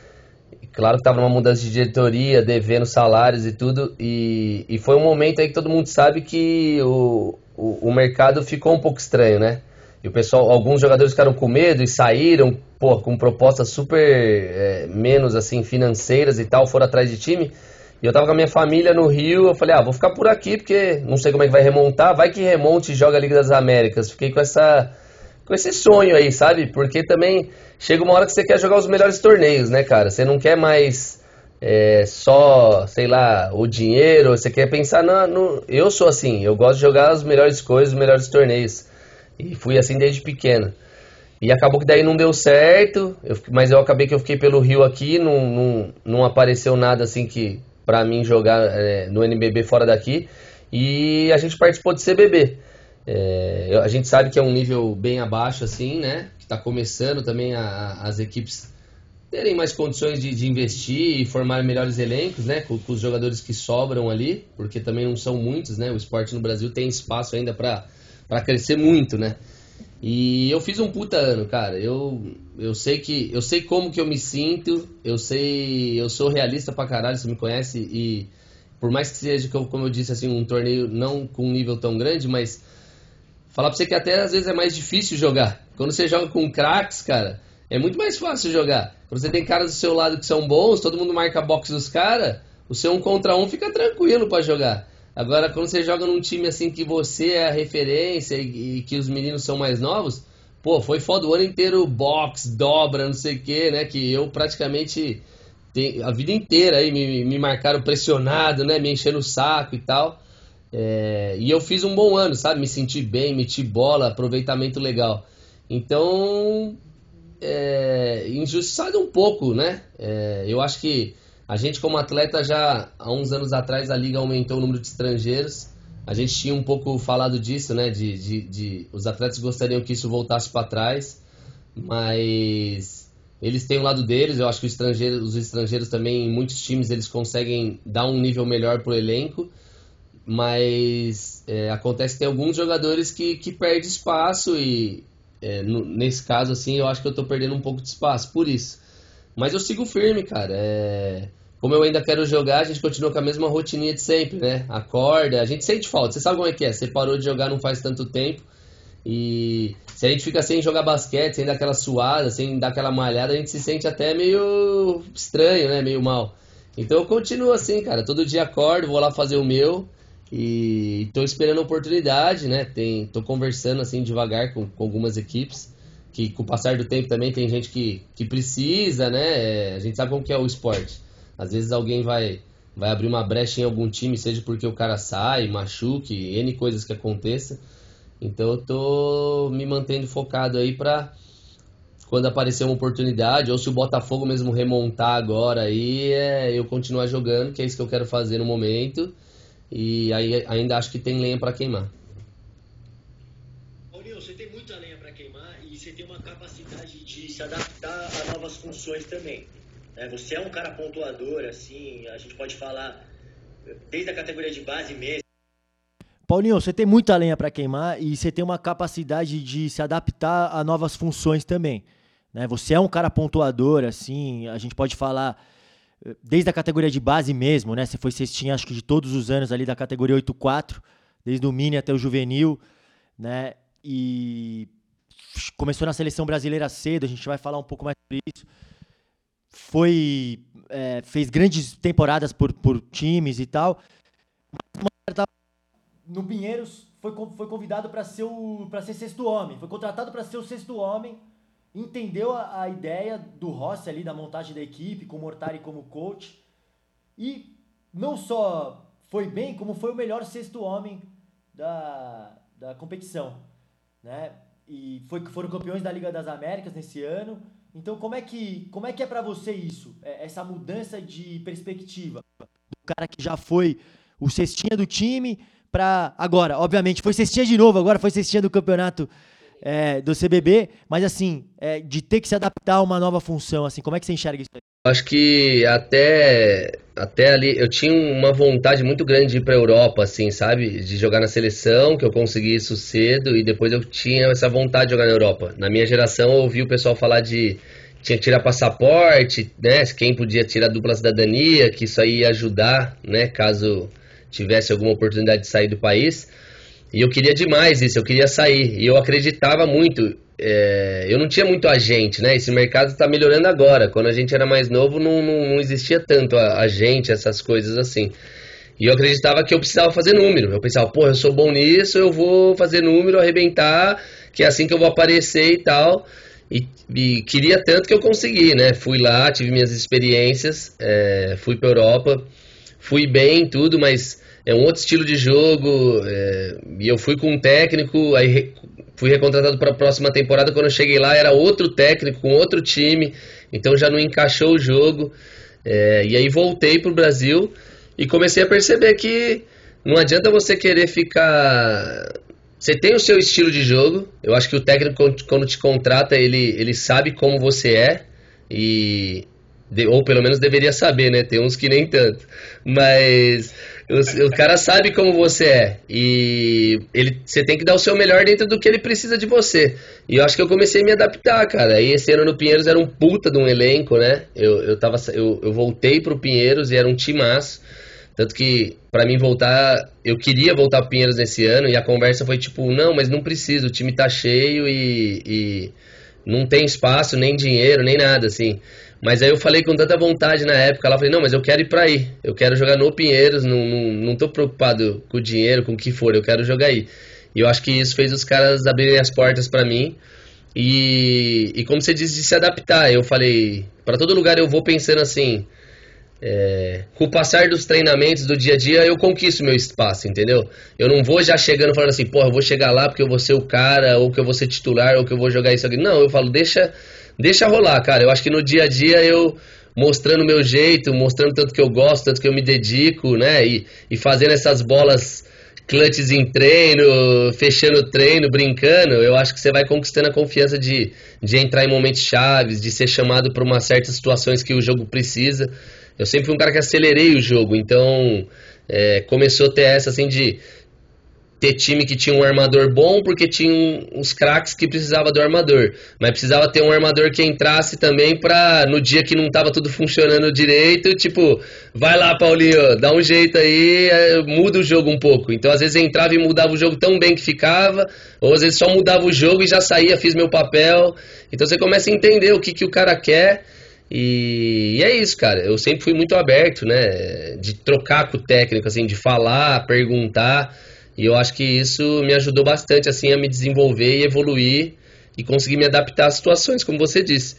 E claro que estava numa mudança de diretoria, devendo salários e tudo. E, e foi um momento aí que todo mundo sabe que o, o, o mercado ficou um pouco estranho, né? E o pessoal, alguns jogadores ficaram com medo e saíram, pô, com propostas super é, menos assim financeiras e tal, foram atrás de time. E eu tava com a minha família no Rio, eu falei, ah, vou ficar por aqui porque não sei como é que vai remontar, vai que remonte e joga a Liga das Américas. Fiquei com essa com esse sonho aí, sabe? Porque também chega uma hora que você quer jogar os melhores torneios, né, cara? Você não quer mais é, só, sei lá, o dinheiro, você quer pensar no, no... Eu sou assim, eu gosto de jogar as melhores coisas, os melhores torneios. E fui assim desde pequeno. E acabou que daí não deu certo, eu, mas eu acabei que eu fiquei pelo Rio aqui, não, não, não apareceu nada assim que pra mim jogar é, no N B B fora daqui. E a gente participou de C B B. É, a gente sabe que é um nível bem abaixo assim, né? Que tá começando também a, a, as equipes terem mais condições de, de investir e formar melhores elencos, né? Com, com os jogadores que sobram ali, porque também não são muitos, né? O esporte no Brasil tem espaço ainda pra Pra crescer muito, né? E eu fiz um puta ano, cara. Eu, eu sei que eu sei como que eu me sinto. Eu sei, eu sou realista pra caralho, você me conhece. E por mais que seja, como eu disse, assim, um torneio não com um nível tão grande, mas falar pra você que até às vezes é mais difícil jogar. Quando você joga com craques, cara, é muito mais fácil jogar. Quando você tem caras do seu lado que são bons, todo mundo marca box dos caras, o seu um contra um fica tranquilo pra jogar. Agora, quando você joga num time assim que você é a referência e, e que os meninos são mais novos, pô, foi foda o ano inteiro, box, dobra, não sei o que, né? Que eu praticamente, tem, a vida inteira aí me, me marcaram pressionado, né? Me enchendo o saco e tal. É, e eu fiz um bom ano, sabe? Me senti bem, meti bola, aproveitamento legal. Então, é, injustiçado um pouco, né? É, eu acho que a gente como atleta já, há uns anos atrás, a Liga aumentou o número de estrangeiros. A gente tinha um pouco falado disso, né? De, de, de, os atletas gostariam que isso voltasse para trás, mas eles têm o lado deles. Eu acho que os estrangeiros, os estrangeiros também, em muitos times, eles conseguem dar um nível melhor pro elenco. Mas é, acontece que tem alguns jogadores que, que perdem espaço e, é, no, nesse caso, assim, eu acho que eu tô perdendo um pouco de espaço, por isso. Mas eu sigo firme, cara. É... Como eu ainda quero jogar, a gente continua com a mesma rotininha de sempre, né? Acorda, a gente sente falta. Você sabe como é que é? Você parou de jogar não faz tanto tempo. E se a gente fica sem jogar basquete, sem dar aquela suada, sem dar aquela malhada, a gente se sente até meio estranho, né? Meio mal. Então eu continuo assim, cara. Todo dia acordo, vou lá fazer o meu. E tô esperando a oportunidade, né? Tem... Tô conversando assim devagar com, com algumas equipes. Que com o passar do tempo também tem gente que, que precisa, né? A gente sabe como que é o esporte. Às vezes alguém vai, vai abrir uma brecha em algum time, seja porque o cara sai, machuque, N coisas que aconteça. Então eu tô me mantendo focado aí pra quando aparecer uma oportunidade, ou se o Botafogo mesmo remontar agora aí, é, eu continuar jogando, que é isso que eu quero fazer no momento. E aí ainda acho que tem lenha pra queimar. Você tem muita lenha para queimar e você tem uma capacidade de se adaptar a novas funções também. É, você é um cara pontuador, assim, a gente pode falar desde a categoria de base mesmo. Paulinho, você tem muita lenha para queimar e você tem uma capacidade de se adaptar a novas funções também, né? Você é um cara pontuador, assim, a gente pode falar desde a categoria de base mesmo, né? Você foi cestinha, acho que de todos os anos ali da categoria oito quatro, desde o mini até o juvenil, né? E começou na seleção brasileira cedo, a gente vai falar um pouco mais sobre isso. Foi, é, fez grandes temporadas por, por times e tal. Mas uma certa no Pinheiros foi, foi convidado para ser, o, pra ser sexto homem, foi contratado para ser o sexto homem, entendeu a, a ideia do Rossi ali, da montagem da equipe, com o Mortari como coach, e não só foi bem, como foi o melhor sexto homem da, da competição, né? E foi, foram campeões da Liga das Américas nesse ano. Então, como é que, como é, que é para você isso? Essa mudança de perspectiva do cara que já foi o cestinha do time para agora, obviamente, foi cestinha de novo, agora foi cestinha do campeonato é, do C B B, mas assim, é, de ter que se adaptar a uma nova função, assim, como é que você enxerga isso aí? Acho que até, até ali eu tinha uma vontade muito grande de ir pra Europa, assim, sabe? De jogar na seleção, que eu consegui isso cedo, e depois eu tinha essa vontade de jogar na Europa. Na minha geração eu ouvi o pessoal falar de tinha que tirar passaporte, né? Quem podia tirar dupla cidadania, que isso aí ia ajudar, né? Caso tivesse alguma oportunidade de sair do país. E eu queria demais isso, eu queria sair. E eu acreditava muito. É, eu não tinha muito agente, né? Esse mercado está melhorando agora. Quando a gente era mais novo, não, não, não existia tanto agente, essas coisas assim. E eu acreditava que eu precisava fazer número. Eu pensava, pô, eu sou bom nisso, eu vou fazer número, arrebentar, que é assim que eu vou aparecer e tal. E, e queria tanto que eu consegui, né? Fui lá, tive minhas experiências, é, fui para Europa, fui bem, tudo, mas é um outro estilo de jogo. É, e eu fui com um técnico, aí re, fui recontratado para a próxima temporada. Quando eu cheguei lá, era outro técnico, com outro time, então já não encaixou o jogo. É, e aí voltei para o Brasil e comecei a perceber que não adianta você querer ficar... Você tem o seu estilo de jogo. Eu acho que o técnico, quando te contrata, ele, ele sabe como você é. E, ou pelo menos deveria saber, né? Tem uns que nem tanto. Mas o, o cara sabe como você é. E ele, você tem que dar o seu melhor dentro do que ele precisa de você. E eu acho que eu comecei a me adaptar, cara. E esse ano no Pinheiros era um puta de um elenco, né? Eu, eu, tava, eu, eu voltei pro Pinheiros e era um timaço. Tanto que, pra mim voltar, eu queria voltar pro Pinheiros nesse ano, e a conversa foi tipo, não, mas não precisa, o time tá cheio e, e não tem espaço, nem dinheiro, nem nada, assim. Mas aí eu falei com tanta vontade na época, ela falou, não, mas eu quero ir pra aí, eu quero jogar no Pinheiros, não, não, não tô preocupado com o dinheiro, com o que for, eu quero jogar aí. E eu acho que isso fez os caras abrirem as portas pra mim, e, e como você disse, de se adaptar. Eu falei, pra todo lugar eu vou pensando assim... É, com o passar dos treinamentos do dia a dia, eu conquisto meu espaço, entendeu? Eu não vou já chegando falando assim, porra, eu vou chegar lá porque eu vou ser o cara, ou que eu vou ser titular, ou que eu vou jogar isso aqui. Não, eu falo, deixa, deixa rolar, cara. Eu acho que no dia a dia eu mostrando o meu jeito, mostrando tanto que eu gosto, tanto que eu me dedico, né? E, e fazendo essas bolas clutches em treino, fechando o treino, brincando, eu acho que você vai conquistando a confiança de, de entrar em momentos chaves, de ser chamado para umas certas situações que o jogo precisa. Eu sempre fui um cara que acelerei o jogo, então é, começou a ter essa assim de ter time que tinha um armador bom porque tinha um, uns craques que precisava do armador, mas precisava ter um armador que entrasse também pra no dia que não tava tudo funcionando direito, tipo, vai lá Paulinho, dá um jeito aí, é, muda o jogo um pouco. Então às vezes entrava e mudava o jogo tão bem que ficava, ou às vezes só mudava o jogo e já saía, fiz meu papel. Então você começa a entender o que, que o cara quer. E, e é isso, cara. Eu sempre fui muito aberto, né? De trocar com o técnico, assim, de falar, perguntar. E eu acho que isso me ajudou bastante, assim, a me desenvolver e evoluir e conseguir me adaptar às situações, como você disse.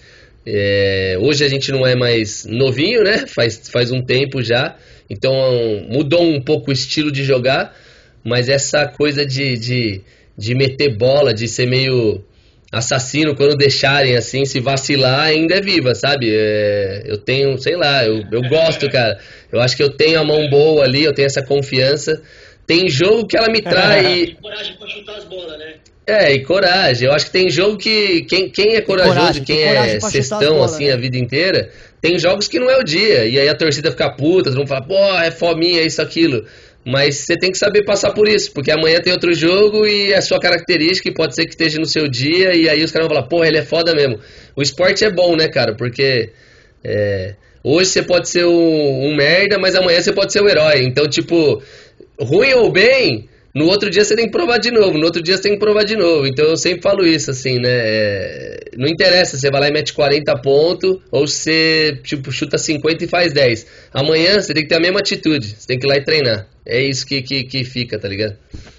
É, hoje a gente não é mais novinho, né? Faz, faz um tempo já. Então mudou um pouco o estilo de jogar. Mas essa coisa de, de, de meter bola, de ser meio... assassino, quando deixarem assim, se vacilar, ainda é viva, sabe? É, eu tenho, sei lá, eu, eu gosto, cara. Eu acho que eu tenho a mão boa ali, eu tenho essa confiança. Tem jogo que ela me trai. Tem coragem pra chutar as bolas, né? É, e coragem. Eu acho que tem jogo que quem, quem é corajoso, coragem, quem é cestão bolas, assim, né? A vida inteira, tem jogos que não é o dia. E aí a torcida fica puta, todo mundo fala, pô, é fominha, isso, aquilo. Mas você tem que saber passar por isso, porque amanhã tem outro jogo e é sua característica e pode ser que esteja no seu dia, e aí os caras vão falar, porra, ele é foda mesmo. O esporte é bom, né, cara, porque é, hoje você pode ser um, um merda, mas amanhã você pode ser o herói. Então, tipo, ruim ou bem, no outro dia você tem que provar de novo, no outro dia você tem que provar de novo. Então eu sempre falo isso, assim, né? É, não interessa, você vai lá e mete quarenta pontos, ou você tipo, chuta cinquenta e faz dez. Amanhã você tem que ter a mesma atitude, você tem que ir lá e treinar. É isso que, que, que fica, tá ligado?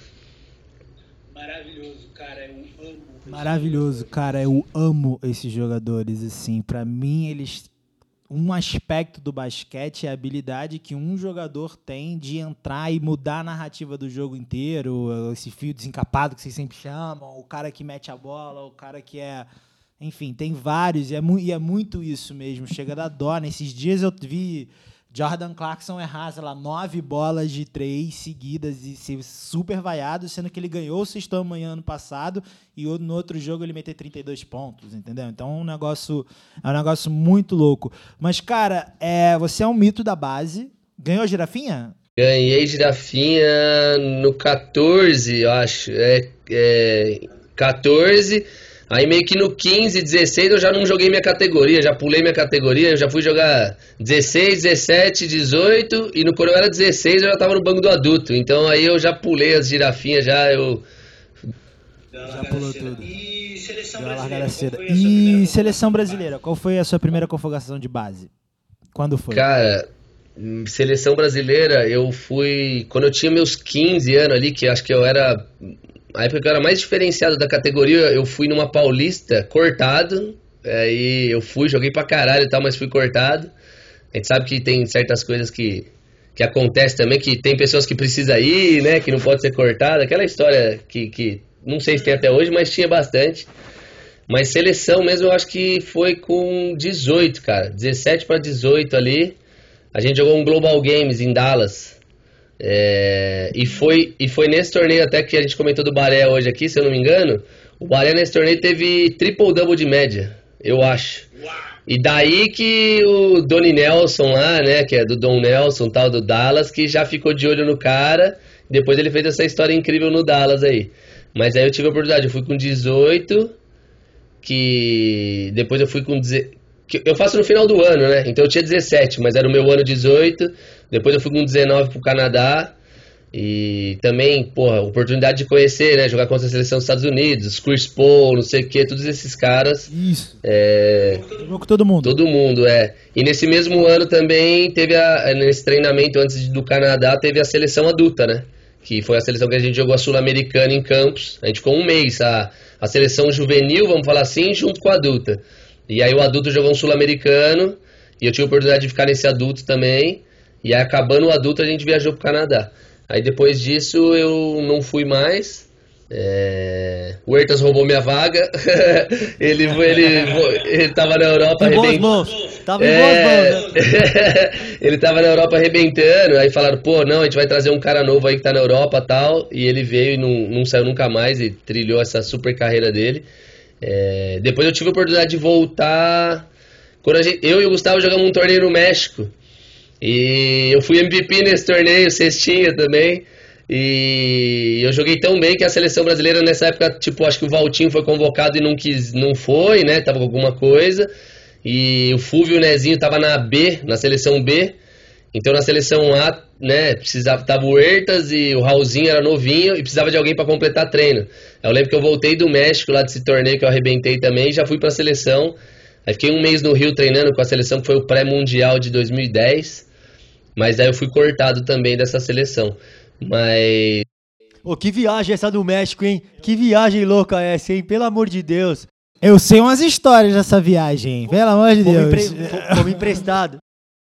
Maravilhoso, cara. Eu amo. Maravilhoso, cara. Eu amo esses jogadores, assim. Pra mim, eles... Um aspecto do basquete é a habilidade que um jogador tem de entrar e mudar a narrativa do jogo inteiro, esse fio desencapado que vocês sempre chamam, o cara que mete a bola, o cara que é... Enfim, tem vários, e é, mu- e é muito isso mesmo, chega a dar dó. Nesses dias eu vi Jordan Clarkson errar, sei lá, nove bolas de três seguidas e ser super vaiado, sendo que ele ganhou o sexto amanhã ano passado e no outro jogo ele meteu trinta e dois pontos, entendeu? Então é um negócio, é um negócio muito louco. Mas, cara, é, você é um mito da base. Ganhou a girafinha? Ganhei girafinha no quatorze, eu acho. É, é, quatorze. Aí meio que no quinze, dezesseis eu já não joguei minha categoria, já pulei minha categoria, eu já fui jogar dezesseis, dezessete, dezoito e no quando eu era dezesseis eu já tava no banco do adulto. Então aí eu já pulei as girafinhas, já eu... Já pulou tudo. E seleção Deu uma brasileira? largada Qual cedo. foi a sua E primeira seleção convocação? brasileira, qual foi a sua primeira convocação de base? Quando foi? Cara, hum, seleção brasileira eu fui... Quando eu tinha meus quinze anos ali, que acho que eu era... A época que eu era mais diferenciado da categoria, eu fui numa paulista cortado. Aí eu fui, joguei pra caralho e tal, mas fui cortado. A gente sabe que tem certas coisas que, que acontecem também, que tem pessoas que precisam ir, né? Que não pode ser cortada. Aquela história que, que não sei se tem até hoje, mas tinha bastante. Mas seleção mesmo eu acho que foi com dezoito, cara. dezessete para dezoito ali. A gente jogou um Global Games em Dallas. É, e, foi, e foi nesse torneio até que a gente comentou do Baré hoje aqui, se eu não me engano. O Baré nesse torneio teve triple-double de média, eu acho. E daí que o Donnie Nelson lá, né, que é do Don Nelson, tal, do Dallas, que já ficou de olho no cara. Depois ele fez essa história incrível no Dallas aí. Mas aí eu tive a oportunidade, eu fui com dezoito, que depois eu fui com... que eu faço no final do ano, né? Então eu tinha dezessete, mas era o meu ano dezoito. Depois eu fui com dezenove pro Canadá. E também, porra, oportunidade de conhecer, né? Jogar contra a seleção dos Estados Unidos, Chris Paul, não sei o que, todos esses caras. Isso. É... Jogou com todo mundo. Todo mundo, é. E nesse mesmo ano também teve, a, nesse treinamento antes do Canadá, teve a seleção adulta, né? Que foi a seleção que a gente jogou a Sul-Americana em Campos. A gente ficou um mês, a, a seleção juvenil, vamos falar assim, junto com a adulta. E aí o adulto jogou um sul-americano, e eu tive a oportunidade de ficar nesse adulto também, e aí acabando o adulto a gente viajou pro Canadá. Aí depois disso eu não fui mais, é... o Huertas roubou minha vaga, ele, ele, ele tava na Europa Em boas arrebentando. mãos. Tava em boas mãos, né? Ele tava na Europa arrebentando, aí falaram, pô, não, a gente vai trazer um cara novo aí que tá na Europa e tal, e ele veio e não, não saiu nunca mais, e trilhou essa super carreira dele. É, depois eu tive a oportunidade de voltar. Quando a gente, eu e o Gustavo jogamos um torneio no México. E eu fui M V P nesse torneio, cestinha também. E eu joguei tão bem que a seleção brasileira nessa época, tipo, acho que o Valtinho foi convocado e não quis, não foi, né? Tava com alguma coisa. E o Fúvio e o Nezinho tava na B, na seleção B. Então na seleção A, né, precisava, tava o Huertas e o Raulzinho era novinho e precisava de alguém para completar treino. Eu lembro que eu voltei do México, lá desse torneio que eu arrebentei também, e já fui pra seleção. Aí fiquei um mês no Rio treinando com a seleção, que foi o pré-mundial de dois mil e dez. Mas aí eu fui cortado também dessa seleção. Mas... Ô, que viagem essa do México, hein? Que viagem louca essa, hein? Pelo amor de Deus. Eu sei umas histórias dessa viagem, hein? Pelo amor de Fomos, Deus. empre... Fomos emprestado.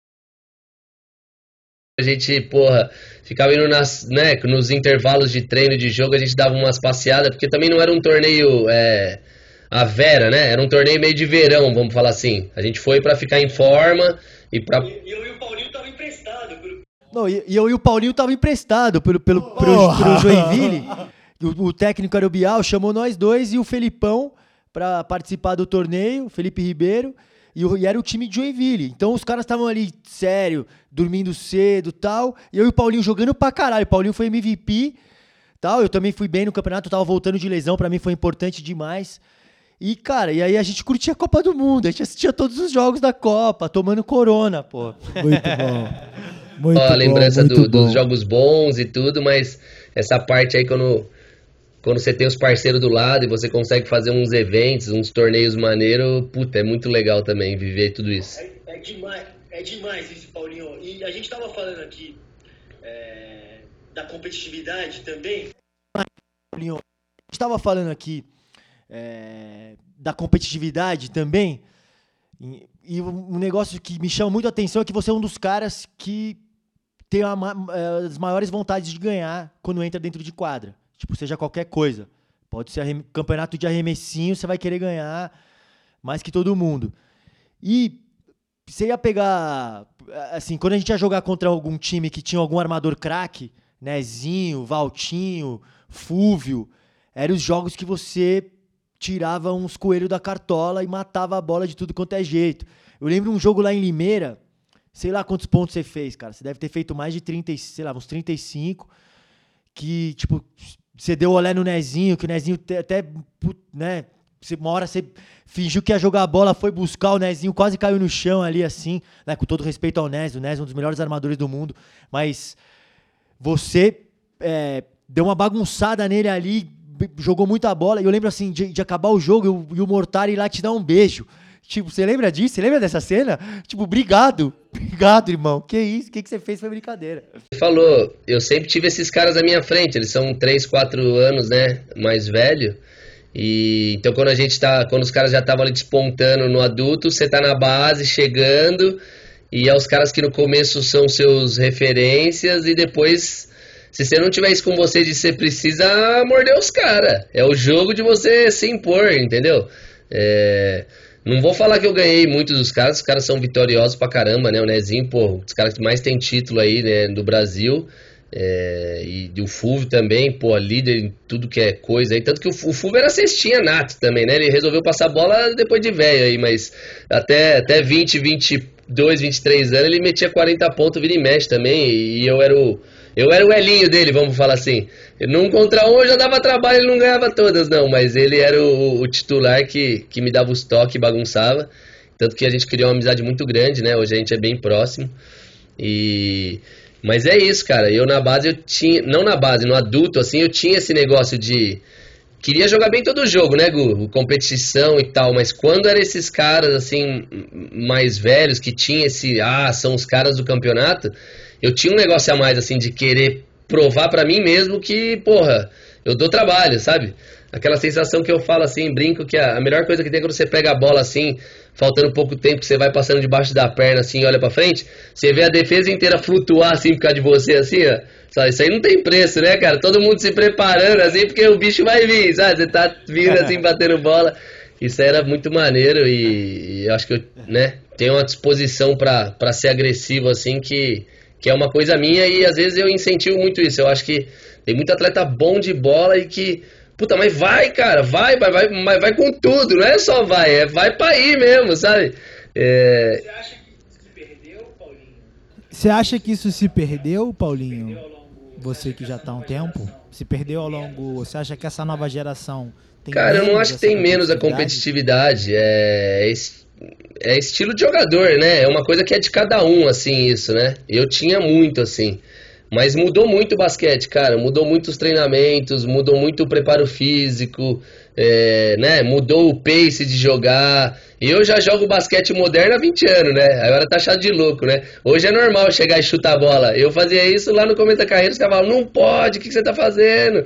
A gente, porra, ficava indo nas, né, nos intervalos de treino de jogo, a gente dava umas passeadas, porque também não era um torneio é, a vera, né? Era um torneio meio de verão, vamos falar assim. A gente foi pra ficar em forma e pra... E eu e o Paulinho tava emprestado. Pelo... Não, e, e eu e o Paulinho tava emprestado pelo, pelo, pro, pro Joinville. O, o técnico era o Bial, chamou nós dois e o Felipão pra participar do torneio, o Felipe Ribeiro. E, o, e era o time de Joinville. Então os caras estavam ali, sério, dormindo cedo e tal. E eu e o Paulinho jogando pra caralho. O Paulinho foi M V P. Tal. Eu também fui bem no campeonato. Eu tava voltando de lesão. Pra mim foi importante demais. E, cara, e aí a gente curtia a Copa do Mundo. A gente assistia todos os jogos da Copa, tomando Corona, pô. Muito bom. Muito a bom, lembrança muito do, bom. dos jogos bons e tudo, mas essa parte aí quando, quando você tem os parceiros do lado e você consegue fazer uns eventos, uns torneios maneiros, puta, é muito legal também viver tudo isso. É, é demais, é demais isso, Paulinho. E a gente tava falando aqui é, da competitividade também. Paulinho, a gente tava falando aqui é, da competitividade também. E, e um negócio que me chama muito a atenção é que você é um dos caras que tem a, as maiores vontades de ganhar quando entra dentro de quadra. Tipo, seja qualquer coisa. Pode ser arrem- campeonato de arremessinho, você vai querer ganhar mais que todo mundo. E você ia pegar... Assim, quando a gente ia jogar contra algum time que tinha algum armador craque, Nezinho, Valtinho, Fúvio, eram os jogos que você tirava uns coelhos da cartola e matava a bola de tudo quanto é jeito. Eu lembro um jogo lá em Limeira, sei lá quantos pontos você fez, cara. Você deve ter feito mais de trinta, sei lá, uns trinta e cinco, que, tipo, você deu olé no Nezinho, que o Nezinho até, né, uma hora você fingiu que ia jogar a bola, foi buscar, o Nezinho quase caiu no chão ali, assim, né, com todo respeito ao Nez, o Nez é um dos melhores armadores do mundo, mas você é, deu uma bagunçada nele ali, jogou muita bola, e eu lembro assim, de, de acabar o jogo e o, e o Mortari ir lá te dar um beijo. Tipo, você lembra disso? Você lembra dessa cena? Tipo, obrigado. Obrigado, irmão. Que isso? O que, que você fez foi brincadeira. Você falou, eu sempre tive esses caras à minha frente, eles são três, quatro anos, né, mais velho. E então quando a gente tá, quando os caras já estavam ali despontando no adulto, você tá na base, chegando, e é os caras que no começo são seus referências, e depois, se você não tiver isso com você, de você precisa morder os caras. É o jogo de você se impor, entendeu? É... Não vou falar que eu ganhei muitos dos caras, os caras são vitoriosos pra caramba, né? O Nezinho, pô, os caras que mais tem título aí, né, do Brasil. É, e o Fúvio também, pô, líder em tudo que é coisa aí. Tanto que o, o Fúvio era cestinha nato também, né? Ele resolveu passar a bola depois de velho aí, mas até, até vinte, vinte e dois, vinte e três anos ele metia quarenta pontos, vira e mexe também. E eu era o, eu era o Elinho dele, vamos falar assim. Num contra um eu já dava trabalho, ele não ganhava todas, não. Mas ele era o, o titular que, que me dava os toques e bagunçava. Tanto que a gente criou uma amizade muito grande, né? Hoje a gente é bem próximo. E... Mas é isso, cara. Eu na base, eu tinha... Não na base, no adulto, assim, eu tinha esse negócio de... Queria jogar bem todo jogo, né, Gu? Competição e tal. Mas quando eram esses caras, assim, mais velhos, que tinha esse... Ah, são os caras do campeonato. Eu tinha um negócio a mais, assim, de querer provar pra mim mesmo que, porra, eu dou trabalho, sabe? Aquela sensação que eu falo, assim, brinco, que a melhor coisa que tem é quando você pega a bola, assim... Faltando pouco tempo, que você vai passando debaixo da perna, assim, e olha pra frente, você vê a defesa inteira flutuar, assim, por causa de você, assim, ó. Sabe, isso aí não tem preço, né, cara? Todo mundo se preparando, assim, porque o bicho vai vir, sabe? Você tá vindo, assim, batendo bola. Isso aí era muito maneiro e, e eu acho que eu, né, tenho uma disposição pra, pra ser agressivo, assim, que, que é uma coisa minha e, às vezes, eu incentivo muito isso. Eu acho que tem muito atleta bom de bola e que... Puta, mas vai, cara, vai, vai, vai, mas vai com tudo, não é só vai, é vai pra ir mesmo, sabe? É... Você acha que se perdeu, Paulinho? Você acha que isso se perdeu, Paulinho? Você que já tá há um tempo? Se perdeu ao longo... Você acha que essa nova geração tem Cara, eu não acho que tem menos a competitividade? competitividade, é... é estilo de jogador, né? É uma coisa que é de cada um, assim, isso, né? Eu tinha muito, assim... Mas mudou muito o basquete, cara, mudou muito os treinamentos, mudou muito o preparo físico, é, né, mudou o pace de jogar. Eu já jogo basquete moderno há vinte anos, né, agora tá achado de louco, né. Hoje é normal chegar e chutar a bola. Eu fazia isso lá no começo da carreira, os caras falavam, não pode, o que, que você tá fazendo?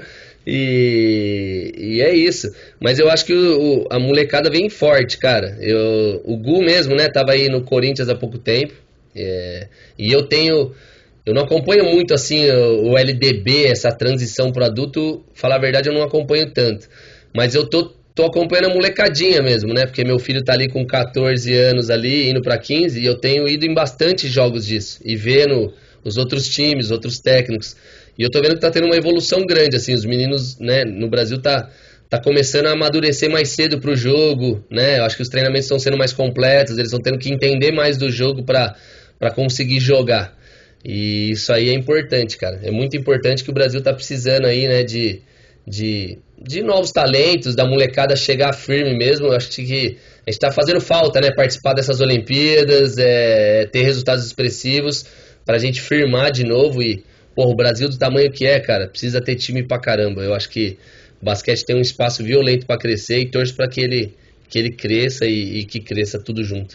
E, e é isso. Mas eu acho que o, o, a molecada vem forte, cara. Eu, o Gu mesmo, né, tava aí no Corinthians há pouco tempo, é, e eu tenho... Eu não acompanho muito, assim, o L D B, essa transição pro adulto. Falar a verdade, eu não acompanho tanto. Mas eu tô, tô acompanhando a molecadinha mesmo, né? Porque meu filho tá ali com catorze anos ali, indo pra quinze. E eu tenho ido em bastante jogos disso. E vendo os outros times, outros técnicos. E eu tô vendo que tá tendo uma evolução grande, assim. Os meninos, né, no Brasil tá, tá começando a amadurecer mais cedo pro jogo, né? Eu acho que os treinamentos estão sendo mais completos. Eles estão tendo que entender mais do jogo pra, pra conseguir jogar. E isso aí é importante, cara. É muito importante que o Brasil tá precisando aí, né, de, de, de novos talentos, da molecada chegar firme mesmo. Eu acho que a gente tá fazendo falta, né, participar dessas Olimpíadas, é, ter resultados expressivos pra gente firmar de novo. E porra, o Brasil do tamanho que é, cara, precisa ter time pra caramba. Eu acho que o basquete tem um espaço violento pra crescer e torço pra que ele, que ele cresça e, e que cresça tudo junto.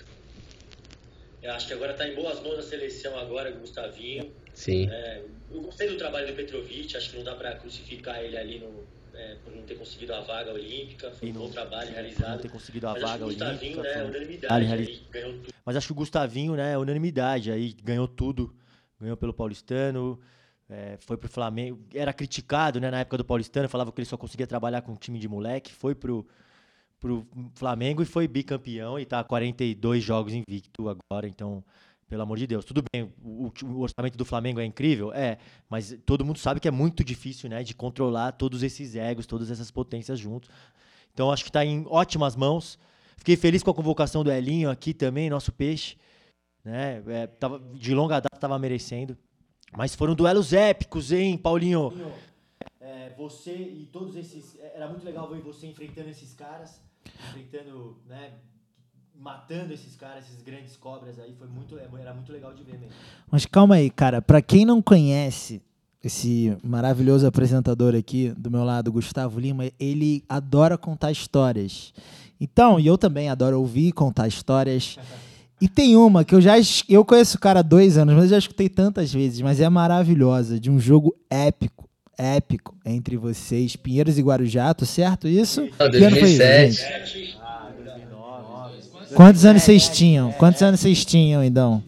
Eu acho que agora tá em boas mãos a seleção agora, o Gustavinho. Sim. É, eu gostei do trabalho do Petrovic, acho que não dá pra crucificar ele ali no, é, por não ter conseguido a vaga olímpica. Foi um bom trabalho realizado. Não ter conseguido a Mas vaga acho que o Gustavinho, olímpica. né, Foi... unanimidade, Ali, aí, ali. ganhou tudo. Mas acho que o Gustavinho, né, é unanimidade, aí ganhou tudo, ganhou pelo Paulistano, é, foi pro Flamengo, era criticado, né, na época do Paulistano, falava que ele só conseguia trabalhar com um time de moleque, foi pro, pro Flamengo e foi bicampeão e tá quarenta e dois jogos invicto agora, então, pelo amor de Deus, tudo bem, o, o orçamento do Flamengo é incrível, é, mas todo mundo sabe que é muito difícil, né, de controlar todos esses egos, todas essas potências juntos, então acho que tá em ótimas mãos. Fiquei feliz com a convocação do Elinho aqui também, nosso peixe. Né? É, tava, de longa data estava merecendo. Mas foram duelos épicos, hein, Paulinho? Paulinho é, você e todos esses... Era muito legal ver você enfrentando esses caras. Enfrentando, né? Matando esses caras, esses grandes cobras aí. Foi muito, era muito legal de ver mesmo. Mas calma aí, cara. Pra quem não conhece esse maravilhoso apresentador aqui, do meu lado, Gustavo Lima, ele adora contar histórias. Então, e eu também adoro ouvir e contar histórias. E tem uma que eu já... Eu conheço o cara há dois anos, mas eu já escutei tantas vezes, mas é maravilhosa, de um jogo épico, épico, entre vocês, Pinheiros e Guarujá, tô certo isso? Ah, que ano foi isso, gente? Ah, dois mil e nove. Quantos anos vocês tinham? Quantos anos vocês tinham, então?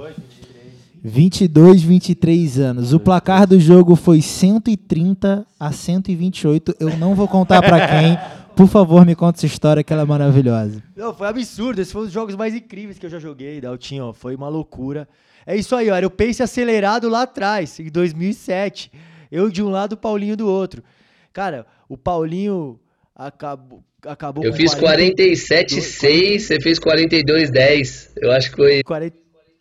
vinte e dois, vinte e três anos. O placar do jogo foi cento e trinta a cento e vinte e oito. Eu não vou contar pra quem. Por favor, me conta essa história que ela é maravilhosa. Não, foi absurdo. Esse foi um dos jogos mais incríveis que eu já joguei, Daltinho. Ó, foi uma loucura. É isso aí, ó. Era o pace acelerado lá atrás, em dois mil e sete. Eu de um lado, o Paulinho do outro. Cara, o Paulinho acabou... acabou eu com fiz quarenta e sete a seis, você fez quarenta e dois a dez. Eu acho que foi... quarenta,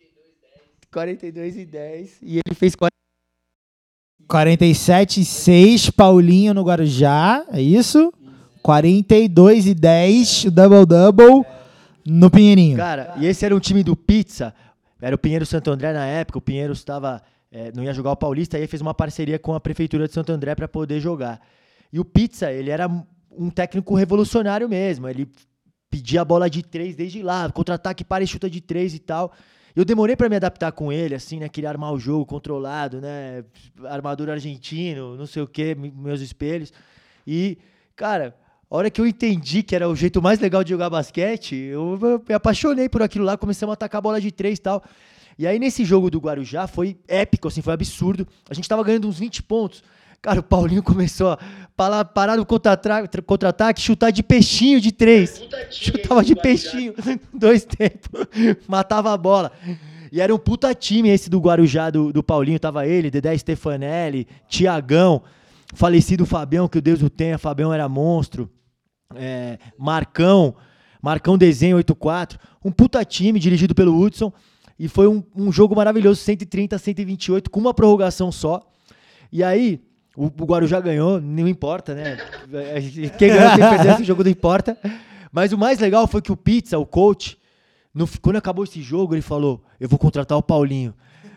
quarenta e dois e dez. E ele fez quarenta e sete a seis, Paulinho no Guarujá, é isso? quarenta e dois e dez, double-double no Pinheirinho. Cara, e esse era um time do Pizza, era o Pinheiro Santo André na época, o Pinheiro estava, é, não ia jogar o Paulista, aí fez uma parceria com a Prefeitura de Santo André para poder jogar. E o Pizza, ele era um técnico revolucionário mesmo, ele pedia a bola de três desde lá, contra-ataque, para e chuta de três e tal. Eu demorei para me adaptar com ele, assim, né, queria armar o jogo controlado, né, armador argentino, não sei o que, meus espelhos. E, cara... A hora que eu entendi que era o jeito mais legal de jogar basquete, eu me apaixonei por aquilo lá, começamos a atacar a bola de três e tal. E aí nesse jogo do Guarujá foi épico, assim, foi absurdo. A gente tava ganhando uns vinte pontos. Cara, o Paulinho começou a parar no contra-ataque, contra chutar de peixinho de três. Chutava de peixinho, dois tempos, matava a bola. E era um puta time esse do Guarujá, do, do Paulinho, tava ele, Dedé Stefanelli, Tiagão, falecido Fabião, que o Deus o tenha, Fabião era monstro. É, Marcão, Marcão Desenho oitenta e quatro, um puta time dirigido pelo Hudson, e foi um, um jogo maravilhoso, cento e trinta a cento e vinte e oito, com uma prorrogação só. E aí, o, o Guarujá ganhou, não importa, né? Quem ganhou, quem perdeu, esse jogo não importa. Mas o mais legal foi que o Pizza, o coach, no, quando acabou esse jogo, ele falou: eu vou contratar o Paulinho.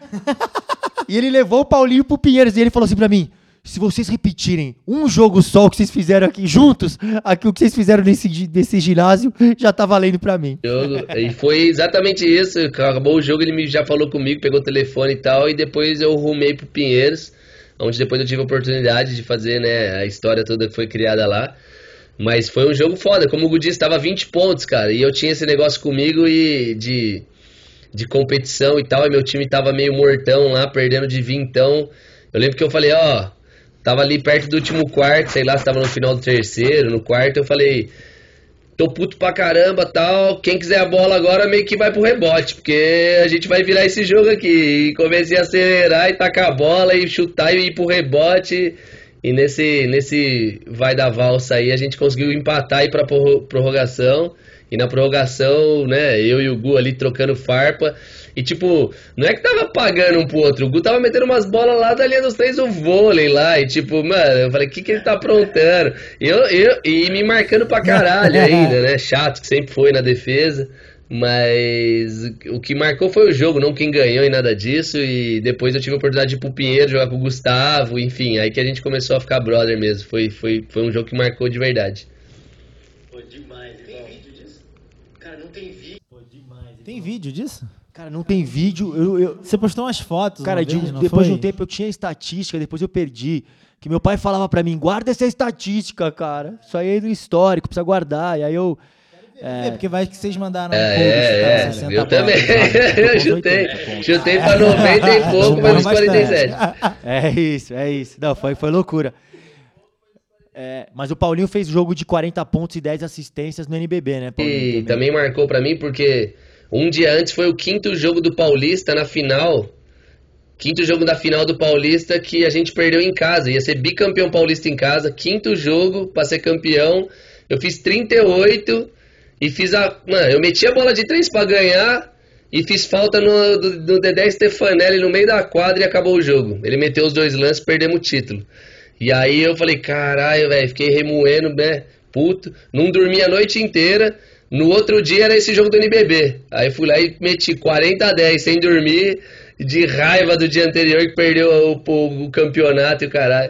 E ele levou o Paulinho pro Pinheiros, e ele falou assim pra mim: se vocês repetirem um jogo só o que vocês fizeram aqui juntos, aqui o que vocês fizeram nesse, nesse ginásio, já tá valendo pra mim. E foi exatamente isso. Acabou o jogo, ele já falou comigo, pegou o telefone e tal, e depois eu rumei pro Pinheiros, onde depois eu tive a oportunidade de fazer, né, a história toda que foi criada lá. Mas foi um jogo foda, como o Gu disse, tava vinte pontos, cara, e eu tinha esse negócio comigo e de, de competição e tal, e meu time tava meio mortão lá, perdendo de vintão. Eu lembro que eu falei, ó... Tava ali perto do último quarto, sei lá se tava no final do terceiro, no quarto, eu falei, tô puto pra caramba, tal, quem quiser a bola agora meio que vai pro rebote, porque a gente vai virar esse jogo aqui. E comecei a acelerar e tacar a bola e chutar e ir pro rebote, e nesse, nesse vai da valsa aí a gente conseguiu empatar e ir pra prorrogação, e na prorrogação, né, eu e o Gu ali trocando farpa. E tipo, não é que tava pagando um pro outro, o Gu tava metendo umas bolas lá da linha dos três, o vôlei lá, e tipo, mano, eu falei, o que que ele tá aprontando? E, eu, eu, e me marcando pra caralho ainda, né, chato, que sempre foi na defesa, Mas o que marcou foi o jogo, não quem ganhou e nada disso. E depois eu tive a oportunidade de ir pro Pinheiro, jogar com o Gustavo, enfim, aí que a gente começou a ficar brother mesmo. Foi, foi, foi um jogo que marcou de verdade. Pô, demais. Tem vídeo disso? Cara, não tem vídeo. Pô, demais. Tem vídeo disso? Cara, não tem vídeo. Eu, eu... Você postou umas fotos, Cara, uma de, vez, não depois foi? de um tempo eu tinha estatística, depois eu perdi. Que meu pai falava pra mim, guarda essa estatística, cara. Isso aí é do histórico, precisa guardar. E aí eu... É, porque vai que vocês mandaram um É, pouco, é, tá, sessenta eu bolas. também. Eu chutei, chutei pra noventa e pouco, Chuparam menos quarenta e sete. É isso, é isso. Não, foi, foi loucura. É, mas o Paulinho fez jogo de quarenta pontos e dez assistências no N B B, né, Paulinho? E também marcou pra mim porque um dia antes foi o quinto jogo do Paulista na final. Quinto jogo da final do Paulista que a gente perdeu em casa. Ia ser bicampeão paulista em casa. Quinto jogo pra ser campeão. Eu fiz trinta e oito e fiz a... Mano, eu meti a bola de três pra ganhar e fiz falta no, do, do Dedé Stefanelli no meio da quadra e acabou o jogo. Ele meteu os dois lances, perdemos o título. E aí eu falei, caralho, velho, fiquei remoendo, né, puto. Não dormi a noite inteira. No outro dia era esse jogo do N B B. Aí fui lá e meti quarenta a dez sem dormir, de raiva do dia anterior que perdeu o, o, o campeonato e o caralho.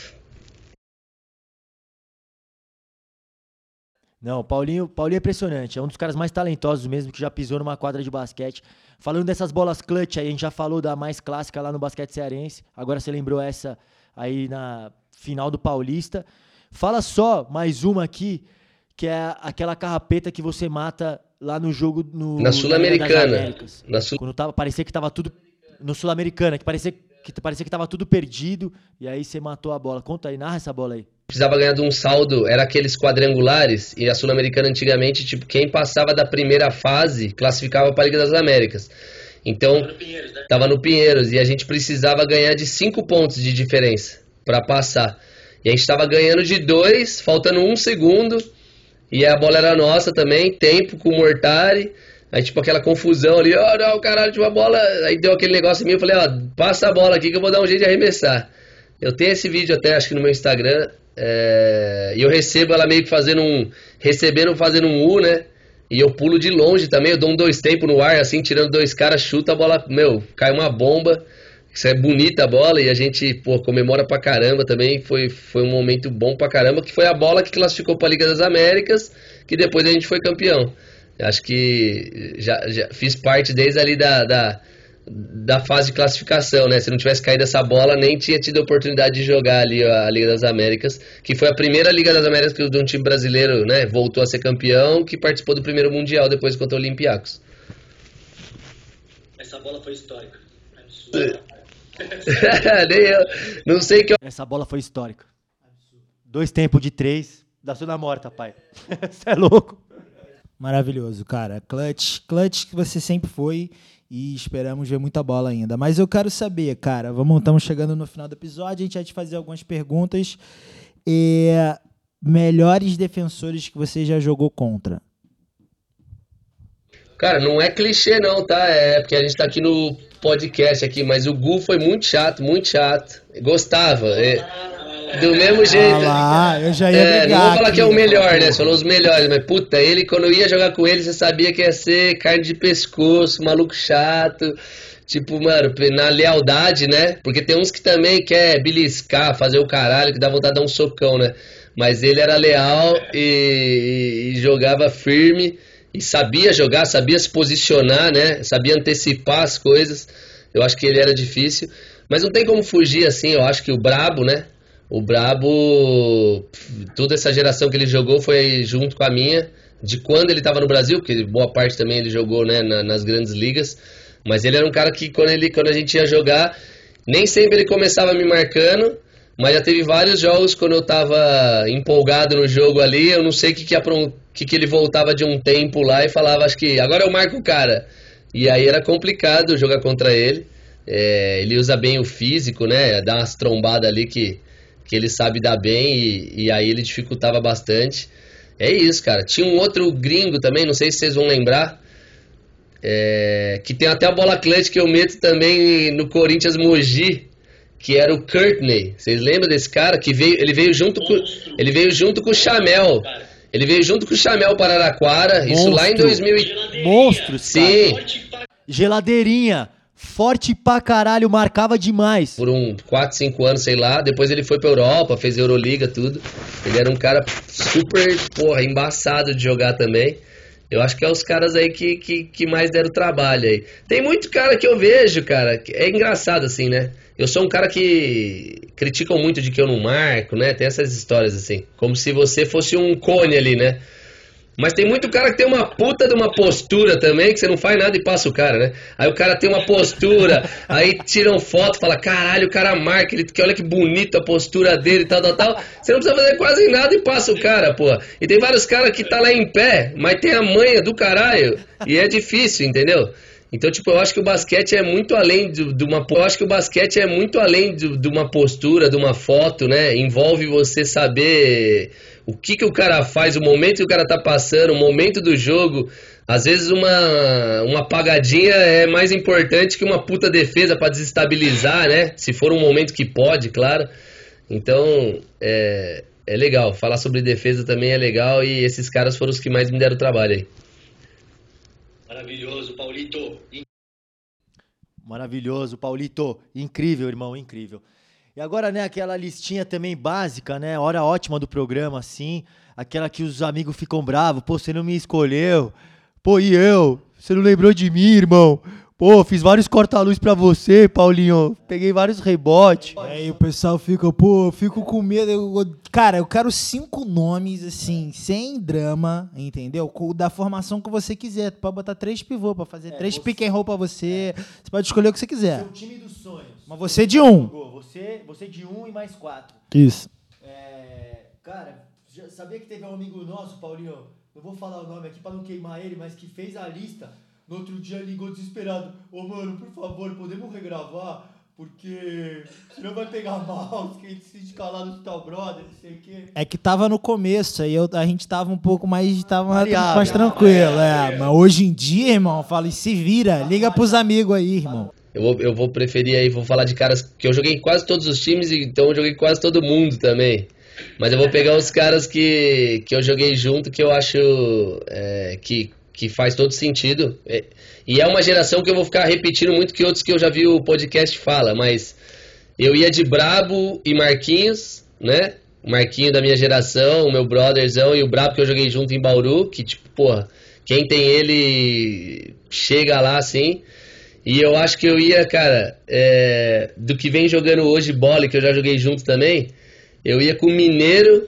Não, Paulinho, Paulinho é impressionante, é um dos caras mais talentosos mesmo, que já pisou numa quadra de basquete. Falando dessas bolas clutch aí, a gente já falou da mais clássica lá no basquete cearense, agora você lembrou essa aí na final do Paulista. Fala só mais uma aqui, que é aquela carrapeta que você mata lá no jogo no, na Sul-Americana. Na Sul... Quando tava, parecia que tava tudo... No Sul-Americana, que parecia que, parecia que tava tudo perdido, e aí você matou a bola. Conta aí, narra essa bola aí. Precisava ganhar de um saldo, era aqueles quadrangulares, e a Sul-Americana antigamente, tipo, quem passava da primeira fase classificava para a Liga das Américas. Então, tava no Pinheiros, né? Tava no Pinheiros, e a gente precisava ganhar de cinco pontos de diferença para passar. E a gente tava ganhando de dois, faltando um segundo, e a bola era nossa também, tempo com o Mortari. Aí, tipo, aquela confusão ali, ó, oh, não, caralho, tinha uma bola. Aí deu aquele negócio em mim, eu falei, ó, oh, passa a bola aqui que eu vou dar um jeito de arremessar. Eu tenho esse vídeo até, acho que no meu Instagram, é... e eu recebo ela meio que fazendo um, recebendo, fazendo um U, né, e eu pulo de longe também, eu dou um dois tempos no ar, assim, tirando dois caras, chuta a bola, meu, cai uma bomba, isso é bonita a bola, e a gente, pô, comemora pra caramba também, foi, foi um momento bom pra caramba, que foi a bola que classificou pra Liga das Américas, que depois a gente foi campeão. Acho que já, já fiz parte desde ali da, da, da fase de classificação, né? Se não tivesse caído essa bola, nem tinha tido a oportunidade de jogar ali a Liga das Américas, que foi a primeira Liga das Américas que um time brasileiro, né, voltou a ser campeão, que participou do primeiro Mundial depois contra o Olympiacos. Essa bola foi histórica. Nem eu, não sei que eu... Essa bola foi histórica. Dois tempos de três, da Zona Morta, pai. Você é louco. Maravilhoso, cara. Clutch, clutch que você sempre foi e esperamos ver muita bola ainda. Mas eu quero saber, cara, vamos, estamos chegando no final do episódio, a gente vai te fazer algumas perguntas. E, melhores defensores que você já jogou contra? Cara, não é clichê não, tá? É porque a gente tá aqui no podcast aqui, mas o Gu foi muito chato, muito chato. Gostava, é... Do mesmo jeito. Ah lá, eu já ia é, brigar não vou falar aqui, que é o melhor, né? Você falou os melhores, mas puta, ele, quando eu ia jogar com ele, você sabia que ia ser carne de pescoço, maluco chato. Tipo, mano, na lealdade, né? Porque tem uns que também quer beliscar, fazer o caralho, que dá vontade de dar um socão, né? Mas ele era leal e, e jogava firme e sabia jogar, sabia se posicionar, né? Sabia antecipar as coisas. Eu acho que ele era difícil. Mas não tem como fugir assim, eu acho que o brabo, né? O Brabo, toda essa geração que ele jogou foi junto com a minha, de quando ele estava no Brasil, porque boa parte também ele jogou, né, na, nas grandes ligas, mas ele era um cara que quando, ele, quando a gente ia jogar, nem sempre ele começava me marcando, mas já teve vários jogos quando eu estava empolgado no jogo ali, eu não sei o que, que, que, que ele voltava de um tempo lá e falava, acho que agora eu marco o cara, e aí era complicado jogar contra ele, é, ele usa bem o físico, né, dá umas trombadas ali que... que ele sabe dar bem e, e aí ele dificultava bastante. É isso, cara. Tinha um outro gringo também, não sei se vocês vão lembrar, é, que tem até a bola clutch que eu meto também no Corinthians Mogi, que era o Courtney. Vocês lembram desse cara? Que veio, ele veio junto com, ele veio junto com o Chamel. Ele veio junto com o Chamel para Araraquara, isso lá em Monstro. dois mil e... Monstros, Sim, Geladeirinha, forte pra caralho, marcava demais. por um quatro, cinco anos, sei lá. Depois ele foi pra Europa, fez Euroliga, tudo. Ele era um cara super, porra, embaçado de jogar também. Eu acho que é os caras aí que, que, que mais deram trabalho aí. Tem muito cara que eu vejo, cara, que é engraçado assim, né? Eu sou um cara que criticam muito de que eu não marco, né? Tem essas histórias assim, como se você fosse um cone ali, né? Mas tem muito cara que tem uma puta de uma postura também, que você não faz nada e passa o cara, né? Aí o cara tem uma postura, aí tiram foto, fala, caralho, o cara marca, ele, que olha que bonita a postura dele e tal, tal, tal. Você não precisa fazer quase nada e passa o cara, pô. E tem vários caras que tá lá em pé, mas tem a manha do caralho, e é difícil, entendeu? Então, tipo, eu acho que o basquete é muito além de, de uma... Eu acho que o basquete é muito além de, de uma postura, de uma foto, né? Envolve você saber o que, que o cara faz, o momento que o cara tá passando, o momento do jogo. Às vezes uma, uma apagadinha é mais importante que uma puta defesa pra desestabilizar, né? Se for um momento que pode, claro. Então, é, é legal. Falar sobre defesa também é legal e esses caras foram os que mais me deram trabalho aí. Maravilhoso, Paulito. Maravilhoso, Paulito. Incrível, irmão, incrível. E agora, né, aquela listinha também básica, né? Hora ótima do programa, assim. Aquela que os amigos ficam bravos. Pô, você não me escolheu. Pô, e eu? Você não lembrou de mim, irmão? Pô, fiz vários corta-luz pra você, Paulinho. Peguei vários rebotes. Aí o pessoal fica, pô, eu fico com medo. Eu- cara, eu quero cinco nomes, assim, sem drama, entendeu? Com- Da formação que você quiser. Tu pode botar três pivô pra fazer três você- pick and roll pra você. Você pode escolher o que você quiser. Seu time dos sonhos. Mas você de um. Você, você de um e mais quatro. Isso. É, cara, já sabia que teve um amigo nosso, Paulinho, não vou falar o nome aqui pra não queimar ele, mas que fez a lista, no outro dia ligou desesperado, ô mano, por favor, podemos regravar, porque senão vai pegar mal, que a gente se descalar no tal brother, não sei o quê. É que tava no começo, aí eu- a gente tava um pouco mais, tava Variável. mais tranquilo, é. Mas hoje em dia, irmão, eu falo, e se vira, liga pros amigos aí, irmão. Eu vou, eu vou preferir aí, vou falar de caras que eu joguei em quase todos os times, então eu joguei em quase todo mundo também. Mas eu vou pegar os caras que, que eu joguei junto, que eu acho é, que, que faz todo sentido. É, e é uma geração que eu vou ficar repetindo muito que outros que eu já vi o podcast fala, mas eu ia de Brabo e Marquinhos, né? O Marquinho da minha geração, o meu brotherzão, e o Brabo que eu joguei junto em Bauru, que tipo, porra, quem tem ele chega lá assim. E eu acho que eu ia, cara, é, do que vem jogando hoje bola, que eu já joguei junto também, eu ia com o Mineiro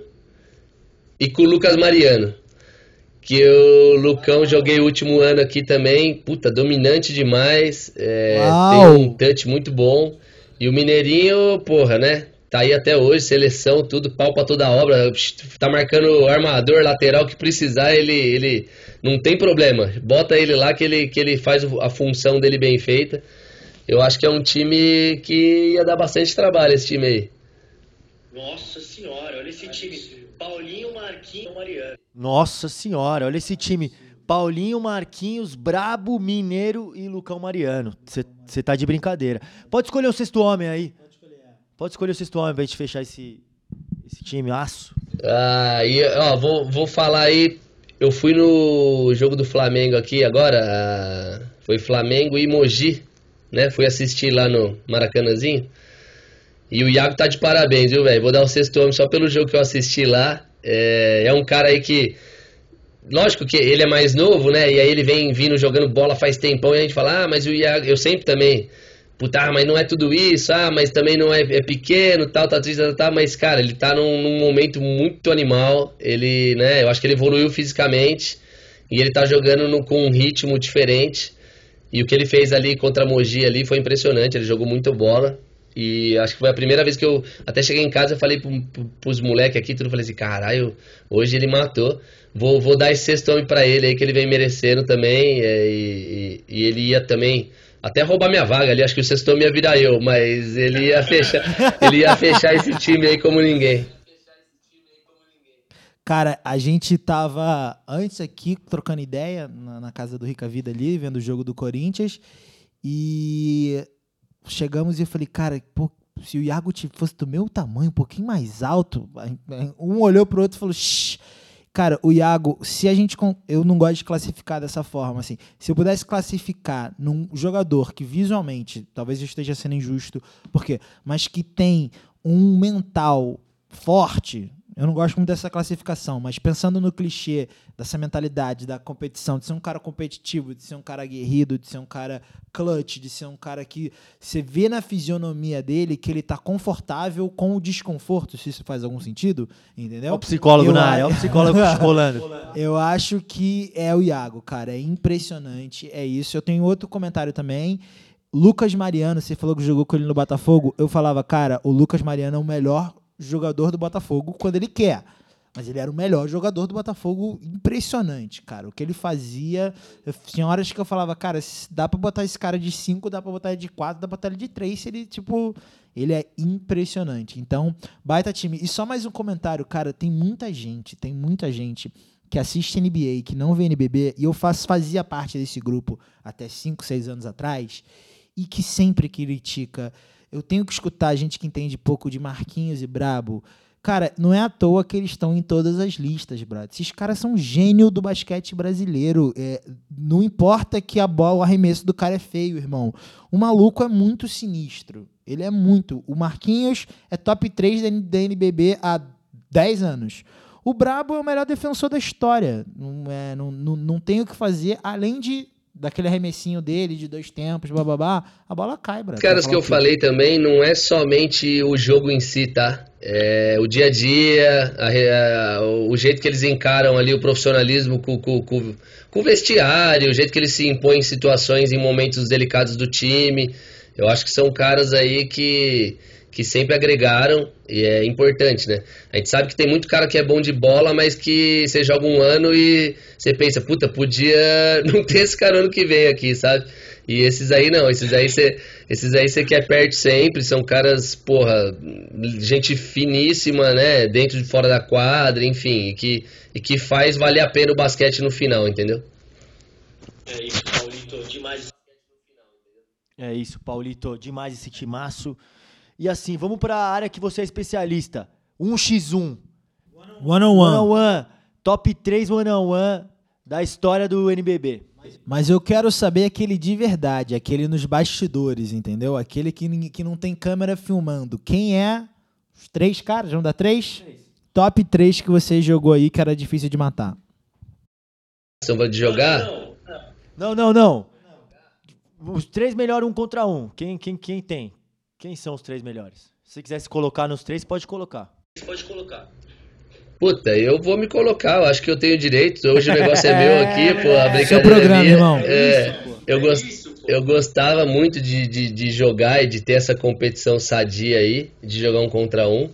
e com o Lucas Mariano. Que o Lucão joguei o último ano aqui também, puta, dominante demais, é, tem um touch muito bom. E o Mineirinho, porra, né, tá aí até hoje, seleção, tudo, pau pra toda obra, tá marcando armador, lateral, que precisar, ele, ele não tem problema, bota ele lá que ele, que ele faz a função dele bem feita. Eu acho que é um time que ia dar bastante trabalho, esse time aí. Nossa senhora, olha esse time. Paulinho, Marquinhos, Mariano. Nossa senhora, olha esse time. Paulinho, Marquinhos, Brabo, Mineiro e Lucão Mariano. Você tá de brincadeira. Pode escolher o sexto homem aí. Pode escolher o sexto homem pra gente fechar esse, esse time, aço. Ah, e, ó, vou, vou falar aí. Eu fui no jogo do Flamengo aqui agora. Ah, foi Flamengo e Mogi, né? Fui assistir lá no Maracanãzinho. E o Iago tá de parabéns, viu, velho? Vou dar o sexto homem só pelo jogo que eu assisti lá. É, é um cara aí que... Lógico que ele é mais novo, né? E aí ele vem vindo jogando bola faz tempão e a gente fala, ah, mas o Iago... Eu sempre também... Puta, ah, mas não é tudo isso, ah, mas também não é, é pequeno, tal, tal, tal, tal, mas, cara, ele tá num, num momento muito animal, ele, né, eu acho que ele evoluiu fisicamente, e ele tá jogando no, com um ritmo diferente, e o que ele fez ali contra a Mogi ali foi impressionante, ele jogou muito bola, e acho que foi a primeira vez que eu, até cheguei em casa, eu falei pro, pro, pros moleques aqui, tudo, falei assim, caralho, hoje ele matou, vou, vou dar esse sexto homem pra ele aí, que ele vem merecendo também, é, e, e, e ele ia também... Até roubar minha vaga ali, acho que o sexto ia virar eu, mas ele ia fechar, ele ia fechar esse time aí como ninguém. Cara, a gente tava antes aqui trocando ideia na, na casa do Rica Vida ali, vendo o jogo do Corinthians, e chegamos e eu falei, cara, pô, se o Iago fosse do meu tamanho, um pouquinho mais alto, um olhou pro outro e falou, shh. Cara, o Iago, se a gente... Eu não gosto de classificar dessa forma, assim. Se eu pudesse classificar num jogador que visualmente, talvez eu esteja sendo injusto, por quê? Mas que tem um mental forte... Eu não gosto muito dessa classificação, mas pensando no clichê dessa mentalidade da competição, de ser um cara competitivo, de ser um cara aguerrido, de ser um cara clutch, de ser um cara que você vê na fisionomia dele que ele tá confortável com o desconforto, se isso faz algum sentido, entendeu? Ó o psicólogo eu, na área, ó o psicólogo rolando. Eu acho que é o Iago, cara, é impressionante, é isso. Eu tenho outro comentário também. Lucas Mariano, você falou que jogou com ele no Botafogo, eu falava, cara, o Lucas Mariano é o melhor jogador do Botafogo quando ele quer. Mas ele era o melhor jogador do Botafogo, impressionante, cara. O que ele fazia... Eu, tinha horas que eu falava, cara, dá pra botar esse cara de cinco, dá pra botar ele de quatro, dá pra botar ele de três, se ele, tipo... Ele é impressionante. Então, baita time. E só mais um comentário, cara, tem muita gente, tem muita gente que assiste N B A, que não vê N B B, e eu faço, fazia parte desse grupo até cinco, seis anos atrás, e que sempre critica... Eu tenho que escutar gente que entende pouco de Marquinhos e Brabo. Cara, não é à toa que eles estão em todas as listas, brother. Esses caras são gênio do basquete brasileiro. É, não importa que a bola, o arremesso do cara é feio, irmão. O maluco é muito sinistro. Ele é muito. O Marquinhos é top três da N B B há dez anos. O Brabo é o melhor defensor da história. Não, é, não, não, não tem o que fazer, além de... daquele arremessinho dele de dois tempos, bababá, a bola cai, brother. Os caras que eu falei também não é somente o jogo em si, tá? É o dia a dia, a, a, o jeito que eles encaram ali o profissionalismo com, com, com, com o vestiário, o jeito que eles se impõem em situações, em momentos delicados do time. Eu acho que são caras aí que... que sempre agregaram, e é importante, né? A gente sabe que tem muito cara que é bom de bola, mas que você joga um ano e você pensa, puta, podia não ter esse cara ano que vem aqui, sabe? E esses aí não, esses aí você, esses aí você quer perto sempre, são caras, porra, gente finíssima, né? Dentro e fora da quadra, enfim, e que, e que faz valer a pena o basquete no final, entendeu? É isso, Paulito, demais. É isso, Paulito, demais esse timaço. E assim, vamos para a área que você é especialista. um contra um. One on one. One on one. Top três one on one da história do N B B. Mas eu quero saber aquele de verdade, aquele nos bastidores, entendeu? Aquele que, que não tem câmera filmando. Quem é os três caras? Vamos dar três? três. Top três que você jogou aí que era difícil de matar. São de jogar? Não, não, não. Os três melhores um contra um. Quem, quem, quem tem? Quem são os três melhores? Se você quiser se colocar nos três, pode colocar. Pode colocar. Puta, eu vou me colocar, eu acho que eu tenho direito. Hoje o negócio é meu aqui, pô, a brincadeira Seu programa, é minha. irmão. É, Isso, eu, gost, eu gostava muito de, de, de jogar e de ter essa competição sadia aí, de jogar um contra um.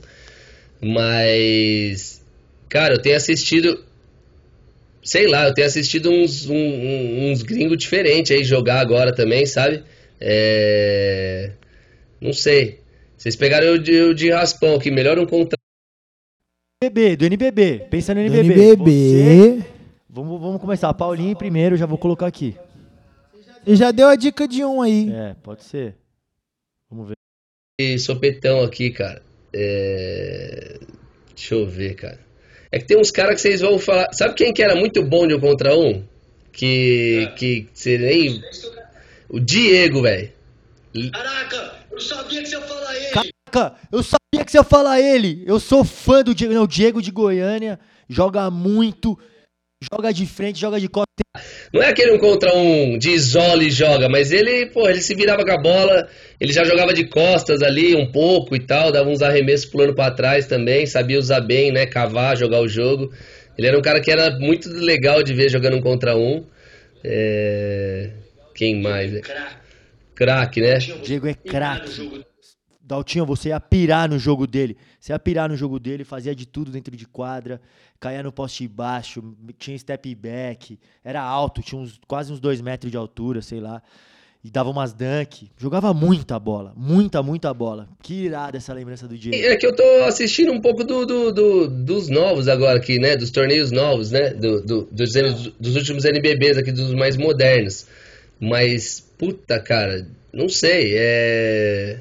Mas, cara, eu tenho assistido, sei lá, eu tenho assistido uns, um, uns gringos diferentes aí jogar agora também, sabe? É... Não sei. Vocês pegaram o de, o de raspão aqui, melhor um contra... N B B, do N B B. Pensa no N B B. N B B. Você... Vamos, vamos começar. Paulinho primeiro, já vou colocar aqui. E já deu a dica de um aí. É, pode ser. Vamos ver. E sopetão aqui, cara. É... Deixa eu ver, cara. É que tem uns caras que vocês vão falar... Sabe quem que era muito bom de um contra um? Que... É. Que você nem... O Diego, velho. Caraca, eu sabia que você ia falar ele. Caraca, eu sabia que você ia falar ele. Eu sou fã do Diego. Não, o Diego de Goiânia. Joga muito. Joga de frente, joga de costas. Não é aquele um contra um de isola e joga, mas ele, pô, ele se virava com a bola, ele já jogava de costas ali um pouco e tal, dava uns arremessos pulando pra trás também, sabia usar bem, né, cavar, jogar o jogo. Ele era um cara que era muito legal de ver jogando um contra um. É... Quem mais? É? Craque, né? Diego é craque. Daltinho, você ia pirar no jogo dele. Você ia pirar no jogo dele, fazia de tudo dentro de quadra, caía no poste baixo, tinha step back, era alto, tinha uns, quase uns dois metros de altura, sei lá. E dava umas dunk. Jogava muita bola, muita, muita bola. Que irada essa lembrança do Diego. É que eu tô assistindo um pouco do, do, do, dos novos agora aqui, né? Dos torneios novos, né? Do, do, dos, dos últimos N B Bs aqui, dos mais modernos. Mas, puta, cara, não sei, é...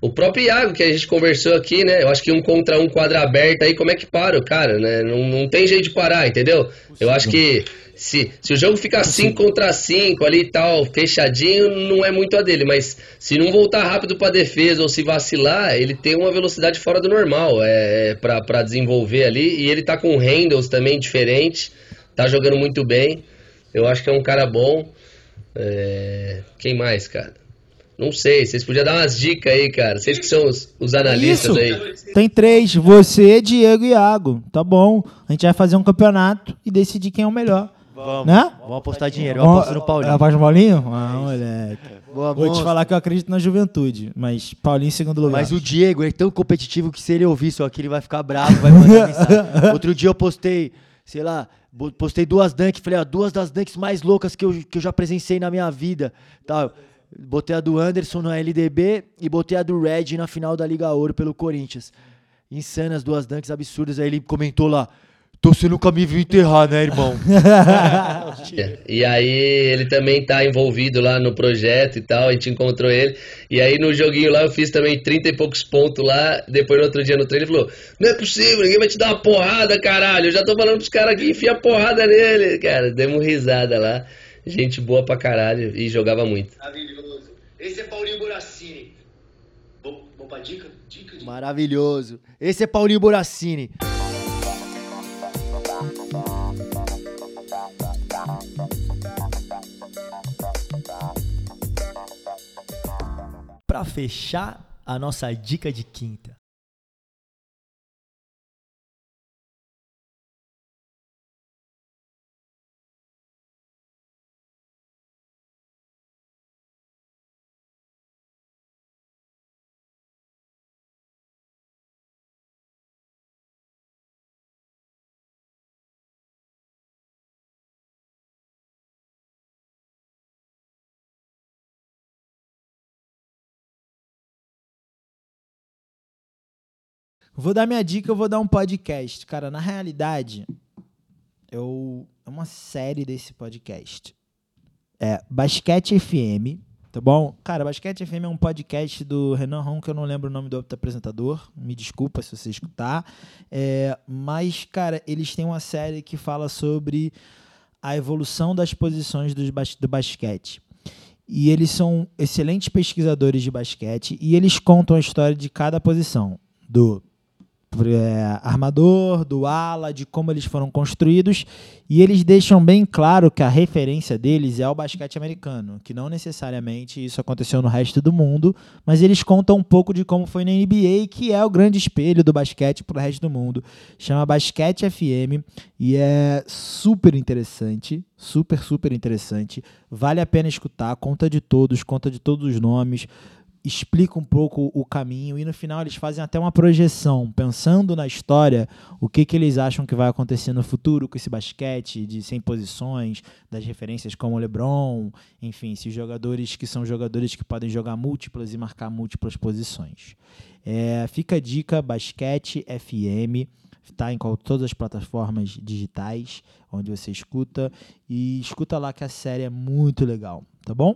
O próprio Iago, que a gente conversou aqui, né? Eu acho que um contra um, quadra aberta aí, como é que para o cara, né? Não, não tem jeito de parar, entendeu? Eu acho que se, se o jogo ficar cinco contra cinco ali e tal, fechadinho, não é muito a dele. Mas se não voltar rápido pra defesa ou se vacilar, ele tem uma velocidade fora do normal é, pra, pra desenvolver ali. E ele tá com handles também diferentes, tá jogando muito bem. Eu acho que é um cara bom. É... Quem mais, cara? Não sei, vocês podiam dar umas dicas aí, cara. Vocês que são os, os analistas Isso. aí. Tem três, você, Diego e Iago. Tá bom. A gente vai fazer um campeonato e decidir quem é o melhor. Vamos, né? vamos apostar dinheiro. Eu Vamos- aposto no Paulinho. Aposta no Paulinho? Ah, moleque. Boa, Vou te monstro. falar que eu acredito na juventude, mas Paulinho em segundo lugar. Mas o Diego é tão competitivo que se ele ouvir isso aqui, ele vai ficar bravo, vai mandar mensagem. Outro dia eu postei, sei lá, bo- postei duas dunks, falei, ó, duas das dunks mais loucas que eu, que eu já presenciei na minha vida. Tal. Botei a do Anderson na L D B e botei a do Red na final da Liga Ouro pelo Corinthians. Insanas, duas dunks absurdas. Aí ele comentou lá, então você nunca me viu enterrar, né, irmão? E aí ele também tá envolvido lá no projeto e tal, a gente encontrou ele. E aí no joguinho lá eu fiz também trinta e poucos pontos lá. Depois no outro dia no treino ele falou, não é possível, ninguém vai te dar uma porrada, caralho. Eu já tô falando pros caras aqui, enfia a porrada nele. Cara, demos risada lá. Gente boa pra caralho e jogava muito. Maravilhoso. Esse é Paulinho Borassini. Vamos vamos pra dica? Dica de... Maravilhoso. Esse é Paulinho Borassini. Para fechar a nossa dica de quinta. Vou dar minha dica, eu vou dar um podcast. Cara, na realidade, eu é uma série desse podcast. É Basquete F M, tá bom? Cara, Basquete F M é um podcast do Renan Ron, que eu não lembro o nome do outro apresentador. Me desculpa se você escutar. É, mas, cara, eles têm uma série que fala sobre a evolução das posições dos bas- do basquete. E eles são excelentes pesquisadores de basquete e eles contam a história de cada posição. Do É, armador, do ala, de como eles foram construídos, e eles deixam bem claro que a referência deles é o basquete americano, que não necessariamente isso aconteceu no resto do mundo, mas eles contam um pouco de como foi na N B A, que é o grande espelho do basquete para o resto do mundo. Chama Basquete F M e é super interessante, super, super interessante. Vale a pena escutar, conta de todos, conta de todos os nomes, explica um pouco o caminho e no final eles fazem até uma projeção, pensando na história, o que, que eles acham que vai acontecer no futuro com esse basquete de cem posições, das referências como o LeBron, enfim, esses jogadores que são jogadores que podem jogar múltiplas e marcar múltiplas posições. É, fica a dica, Basquete F M, está em qual, todas as plataformas digitais onde você escuta, e escuta lá que a série é muito legal, tá bom?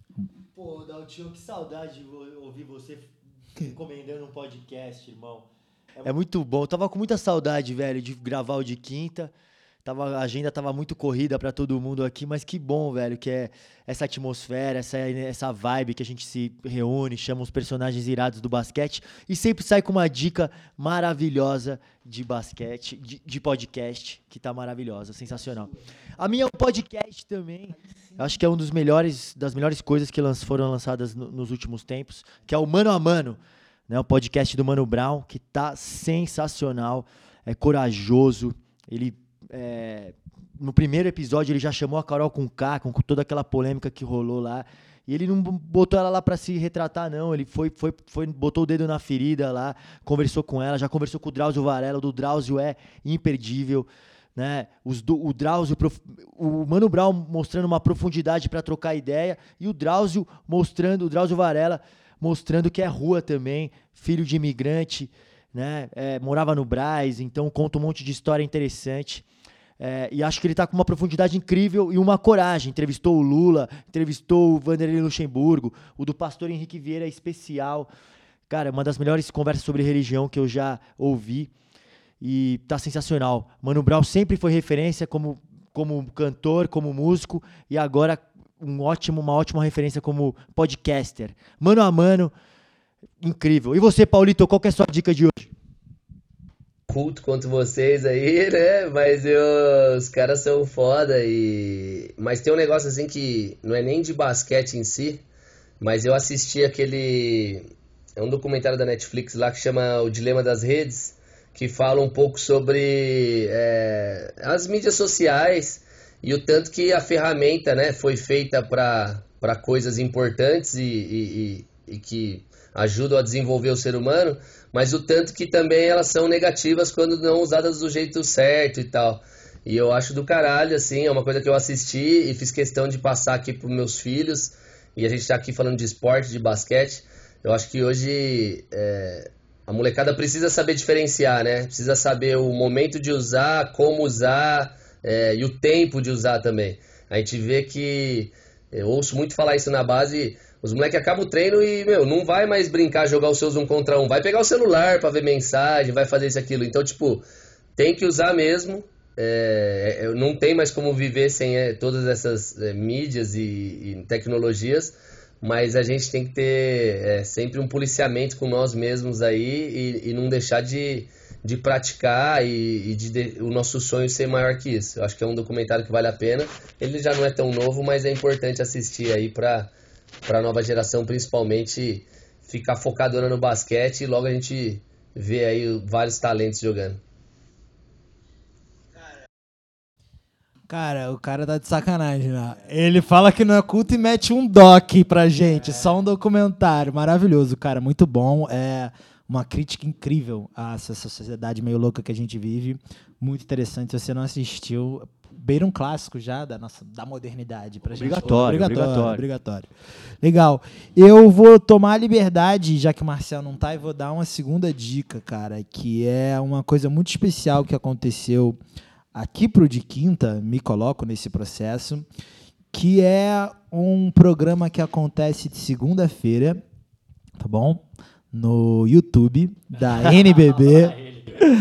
Pô, Daltinho, que saudade de vo- ouvir você recomendando um podcast, irmão. É muito bom. Eu tava com muita saudade, velho, de gravar o de quinta. Tava, a agenda tava muito corrida pra todo mundo aqui, mas que bom, velho, que é essa atmosfera, essa, essa vibe que a gente se reúne, chama os personagens irados do basquete e sempre sai com uma dica maravilhosa de basquete, de, de podcast, que tá maravilhosa, sensacional. A minha é um podcast também, acho que é um dos melhores, das melhores coisas que lan- foram lançadas no- nos últimos tempos, que é o Mano a Mano, né, o podcast do Mano Brown, que tá sensacional, é corajoso, ele... É, no primeiro episódio ele já chamou a Carol com K, com toda aquela polêmica que rolou lá, e ele não botou ela lá pra se retratar não, ele foi, foi, foi, botou o dedo na ferida lá, conversou com ela, já conversou com o Drauzio Varela, o do Drauzio é imperdível, né? Os do, o Drauzio, o Mano Brown mostrando uma profundidade pra trocar ideia, e o Drauzio mostrando, o Drauzio Varela mostrando que é rua também, filho de imigrante, né? É, morava no Brás, então conta um monte de história interessante. É, e acho que ele tá com uma profundidade incrível e uma coragem. Entrevistou o Lula, entrevistou o Vanderlei Luxemburgo, o do pastor Henrique Vieira é especial. Cara, uma das melhores conversas sobre religião que eu já ouvi e tá sensacional. Mano Brown sempre foi referência como, como cantor, como músico e agora um ótimo, uma ótima referência como podcaster. Mano a mano, incrível. E você, Paulito, qual que é a sua dica de hoje? Culto quanto vocês aí, né? Mas eu, os caras são foda e... Mas tem um negócio assim que não é nem de basquete em si, mas eu assisti aquele... É um documentário da Netflix lá que chama O Dilema das Redes, que fala um pouco sobre é, as mídias sociais e o tanto que a ferramenta, né, foi feita para para coisas importantes e, e, e, e que ajudam a desenvolver o ser humano, mas o tanto que também elas são negativas quando não usadas do jeito certo e tal. E eu acho do caralho, assim, é uma coisa que eu assisti e fiz questão de passar aqui pros meus filhos, e a gente tá aqui falando de esporte, de basquete. Eu acho que hoje é, a molecada precisa saber diferenciar, né? Precisa saber o momento de usar, como usar é, e o tempo de usar também. A gente vê que, eu ouço muito falar isso na base, os moleques acabam o treino e, meu, não vai mais brincar, jogar os seus um contra um. Vai pegar o celular pra ver mensagem, vai fazer isso, aquilo. Então, tipo, tem que usar mesmo. É, não tem mais como viver sem é, todas essas é, mídias e, e tecnologias. Mas a gente tem que ter é, sempre um policiamento com nós mesmos aí e, e não deixar de, de praticar e, e de, de o nosso sonho ser maior que isso. Eu acho que é um documentário que vale a pena. Ele já não é tão novo, mas é importante assistir aí para para a nova geração, principalmente, ficar focadona no basquete e logo a gente vê aí vários talentos jogando. Cara, o cara tá de sacanagem, né? Ele fala que não é culto e mete um doc pra gente, é. Só um documentário. Maravilhoso, cara, muito bom. É uma crítica incrível a essa sociedade meio louca que a gente vive. Muito interessante. Se você não assistiu, beira um clássico já da, nossa, da modernidade pra gente. Obrigatório, obrigatório, obrigatório. obrigatório. Legal. Eu vou tomar a liberdade, já que o Marcel não tá, e vou dar uma segunda dica, cara, que é uma coisa muito especial que aconteceu aqui pro De Quinta, me coloco nesse processo, que é um programa que acontece de segunda-feira, tá bom? No YouTube da N B B.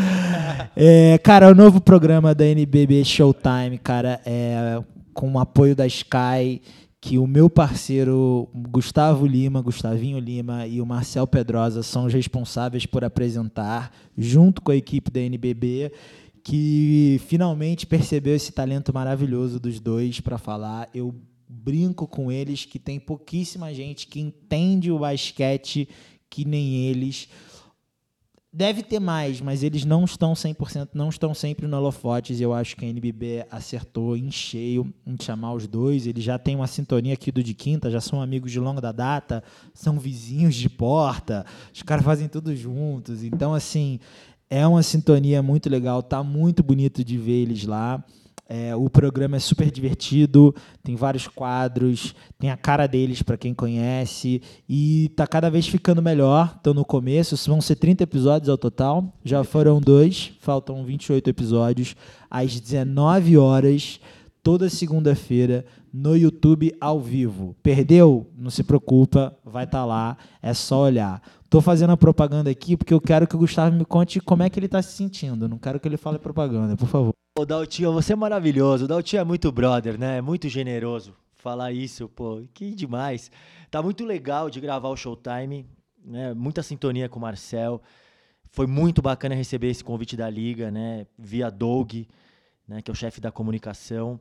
É, cara, o novo programa da N B B Showtime, cara, é com o apoio da Sky, que o meu parceiro Gustavo Lima, Gustavinho Lima e o Marcel Pedrosa são os responsáveis por apresentar, junto com a equipe da N B B, que finalmente percebeu esse talento maravilhoso dos dois para falar. Eu brinco com eles que tem pouquíssima gente que entende o basquete que nem eles. Deve ter mais, mas eles não estão cem por cento, não estão sempre no holofotes, e eu acho que a N B B acertou em cheio em chamar os dois. Eles já têm uma sintonia aqui do De Quinta, já são amigos de longa data, são vizinhos de porta, os caras fazem tudo juntos. Então, assim, é uma sintonia muito legal, tá muito bonito de ver eles lá. É, o programa é super divertido, tem vários quadros, tem a cara deles para quem conhece, e tá cada vez ficando melhor. Estão no começo, vão ser trinta episódios ao total, já foram dois, faltam vinte e oito episódios, às dezenove horas, toda segunda-feira, no YouTube ao vivo. Perdeu? Não se preocupa, vai estar lá, é só olhar. Estou fazendo a propaganda aqui porque eu quero que o Gustavo me conte como é que ele está se sentindo. Não quero que ele fale propaganda, por favor. Ô, Daltinho, você é maravilhoso. O Daltinho é muito brother, né? É muito generoso falar isso, pô. Que demais. Tá muito legal de gravar o Showtime, né? Muita sintonia com o Marcel. Foi muito bacana receber esse convite da Liga, né? Via Doug, né? Que é o chefe da comunicação.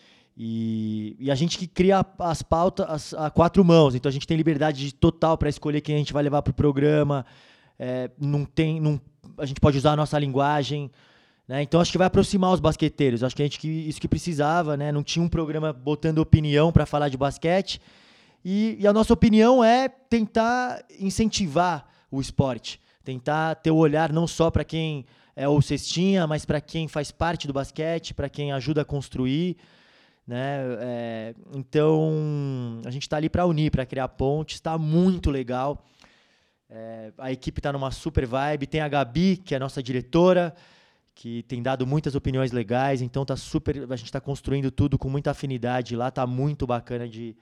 E, e a gente que cria as pautas a quatro mãos, então a gente tem liberdade total para escolher quem a gente vai levar para o programa, é, não tem, não, a gente pode usar a nossa linguagem, né? Então acho que vai aproximar os basqueteiros, acho que a gente que, isso que precisava, né? Não tinha um programa botando opinião para falar de basquete, e, e a nossa opinião é tentar incentivar o esporte, tentar ter o olhar não só para quem é o cestinha, mas para quem faz parte do basquete, para quem ajuda a construir, né? É, então a gente está ali para unir, para criar pontes, está muito legal. É, a equipe está numa super vibe, tem a Gabi, que é a nossa diretora, que tem dado muitas opiniões legais, então tá super, a gente está construindo tudo com muita afinidade lá, tá muito bacana de,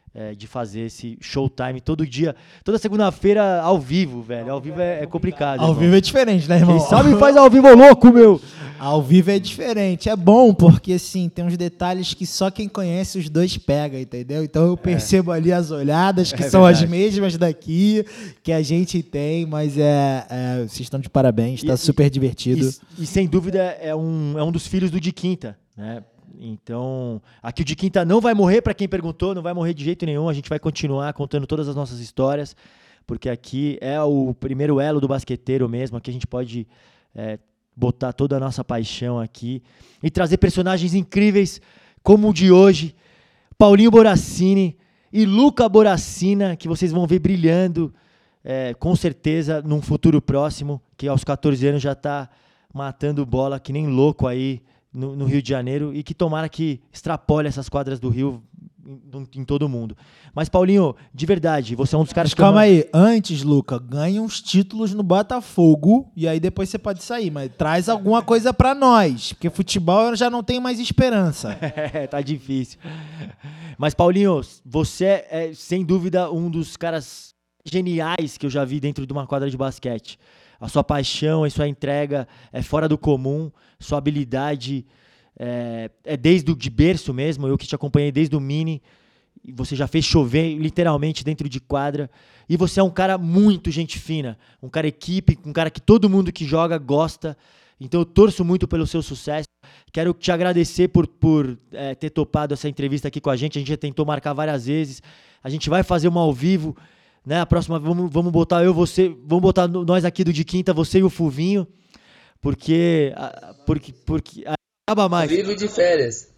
é, de fazer esse Showtime todo dia, toda segunda-feira ao vivo, velho. Ao vivo é, é complicado. Ao irmão. vivo é diferente, né, irmão? Quem sabe faz ao vivo, louco, meu. Ao vivo é diferente. É bom porque, assim, tem uns detalhes que só quem conhece os dois pega, entendeu? Então eu percebo ali as olhadas, que É são verdade. as mesmas daqui, que a gente tem, mas é, é vocês estão de parabéns, tá E- super divertido. E, e sem dúvida é um, é um dos filhos do de Quinta, né? Então, aqui o de Quinta não vai morrer, para quem perguntou, não vai morrer de jeito nenhum. A gente vai continuar contando todas as nossas histórias, porque aqui é o primeiro elo do basqueteiro mesmo. Aqui a gente pode é, botar toda a nossa paixão aqui e trazer personagens incríveis como o de hoje, Paulinho Borassini e Luca Boracina, que vocês vão ver brilhando é, com certeza num futuro próximo, que aos catorze anos já está matando bola que nem louco aí no, no Rio de Janeiro, e que tomara que extrapole essas quadras do Rio em, em todo mundo. Mas, Paulinho, de verdade, você é um dos caras Mas que eu calma não- aí, antes, Luca, ganha uns títulos no Botafogo e aí depois você pode sair, mas traz alguma coisa pra nós, porque futebol eu já não tenho mais esperança. É, tá difícil. Mas, Paulinho, você é, sem dúvida, um dos caras geniais que eu já vi dentro de uma quadra de basquete. A sua paixão, a sua entrega é fora do comum, sua habilidade é, é desde o de berço mesmo, eu que te acompanhei desde o mini, e você já fez chover literalmente dentro de quadra, e você é um cara muito gente fina, um cara equipe, um cara que todo mundo que joga gosta, então eu torço muito pelo seu sucesso. Quero te agradecer por, por é, ter topado essa entrevista aqui com a gente. A gente já tentou marcar várias vezes. A gente vai fazer uma ao vivo, né? A próxima vamos, vamos botar eu, você, vamos botar no- nós aqui do de Quinta, você e o Fulvinho, porque ah, porque porque ah, acaba mais. Vivo de férias.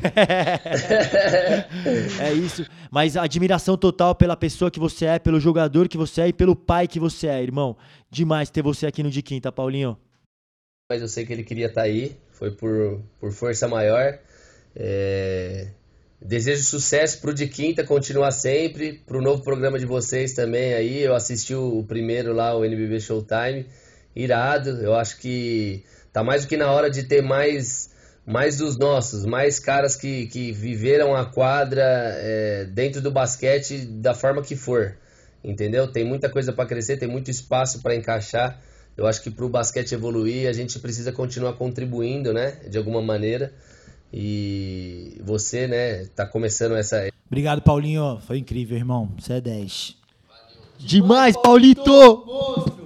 É isso. Mas admiração total pela pessoa que você é, pelo jogador que você é e pelo pai que você é, irmão. Demais ter você aqui no de Quinta, Paulinho. Mas eu sei que ele queria estar aí, foi por, por força maior. É, Desejo sucesso pro de Quinta, continuar sempre, pro novo programa de vocês também aí. Eu assisti o o primeiro lá, o N B B Showtime, irado. Eu acho que tá mais do que na hora de ter mais, mais dos nossos, mais caras que, que viveram a quadra é, dentro do basquete da forma que for, entendeu? Tem muita coisa para crescer, tem muito espaço para encaixar. Eu acho que pro basquete evoluir, a gente precisa continuar contribuindo, né, de alguma maneira. E você, né, tá começando essa Obrigado, Paulinho. Foi incrível, irmão. Você é dez. Demais, Paulito!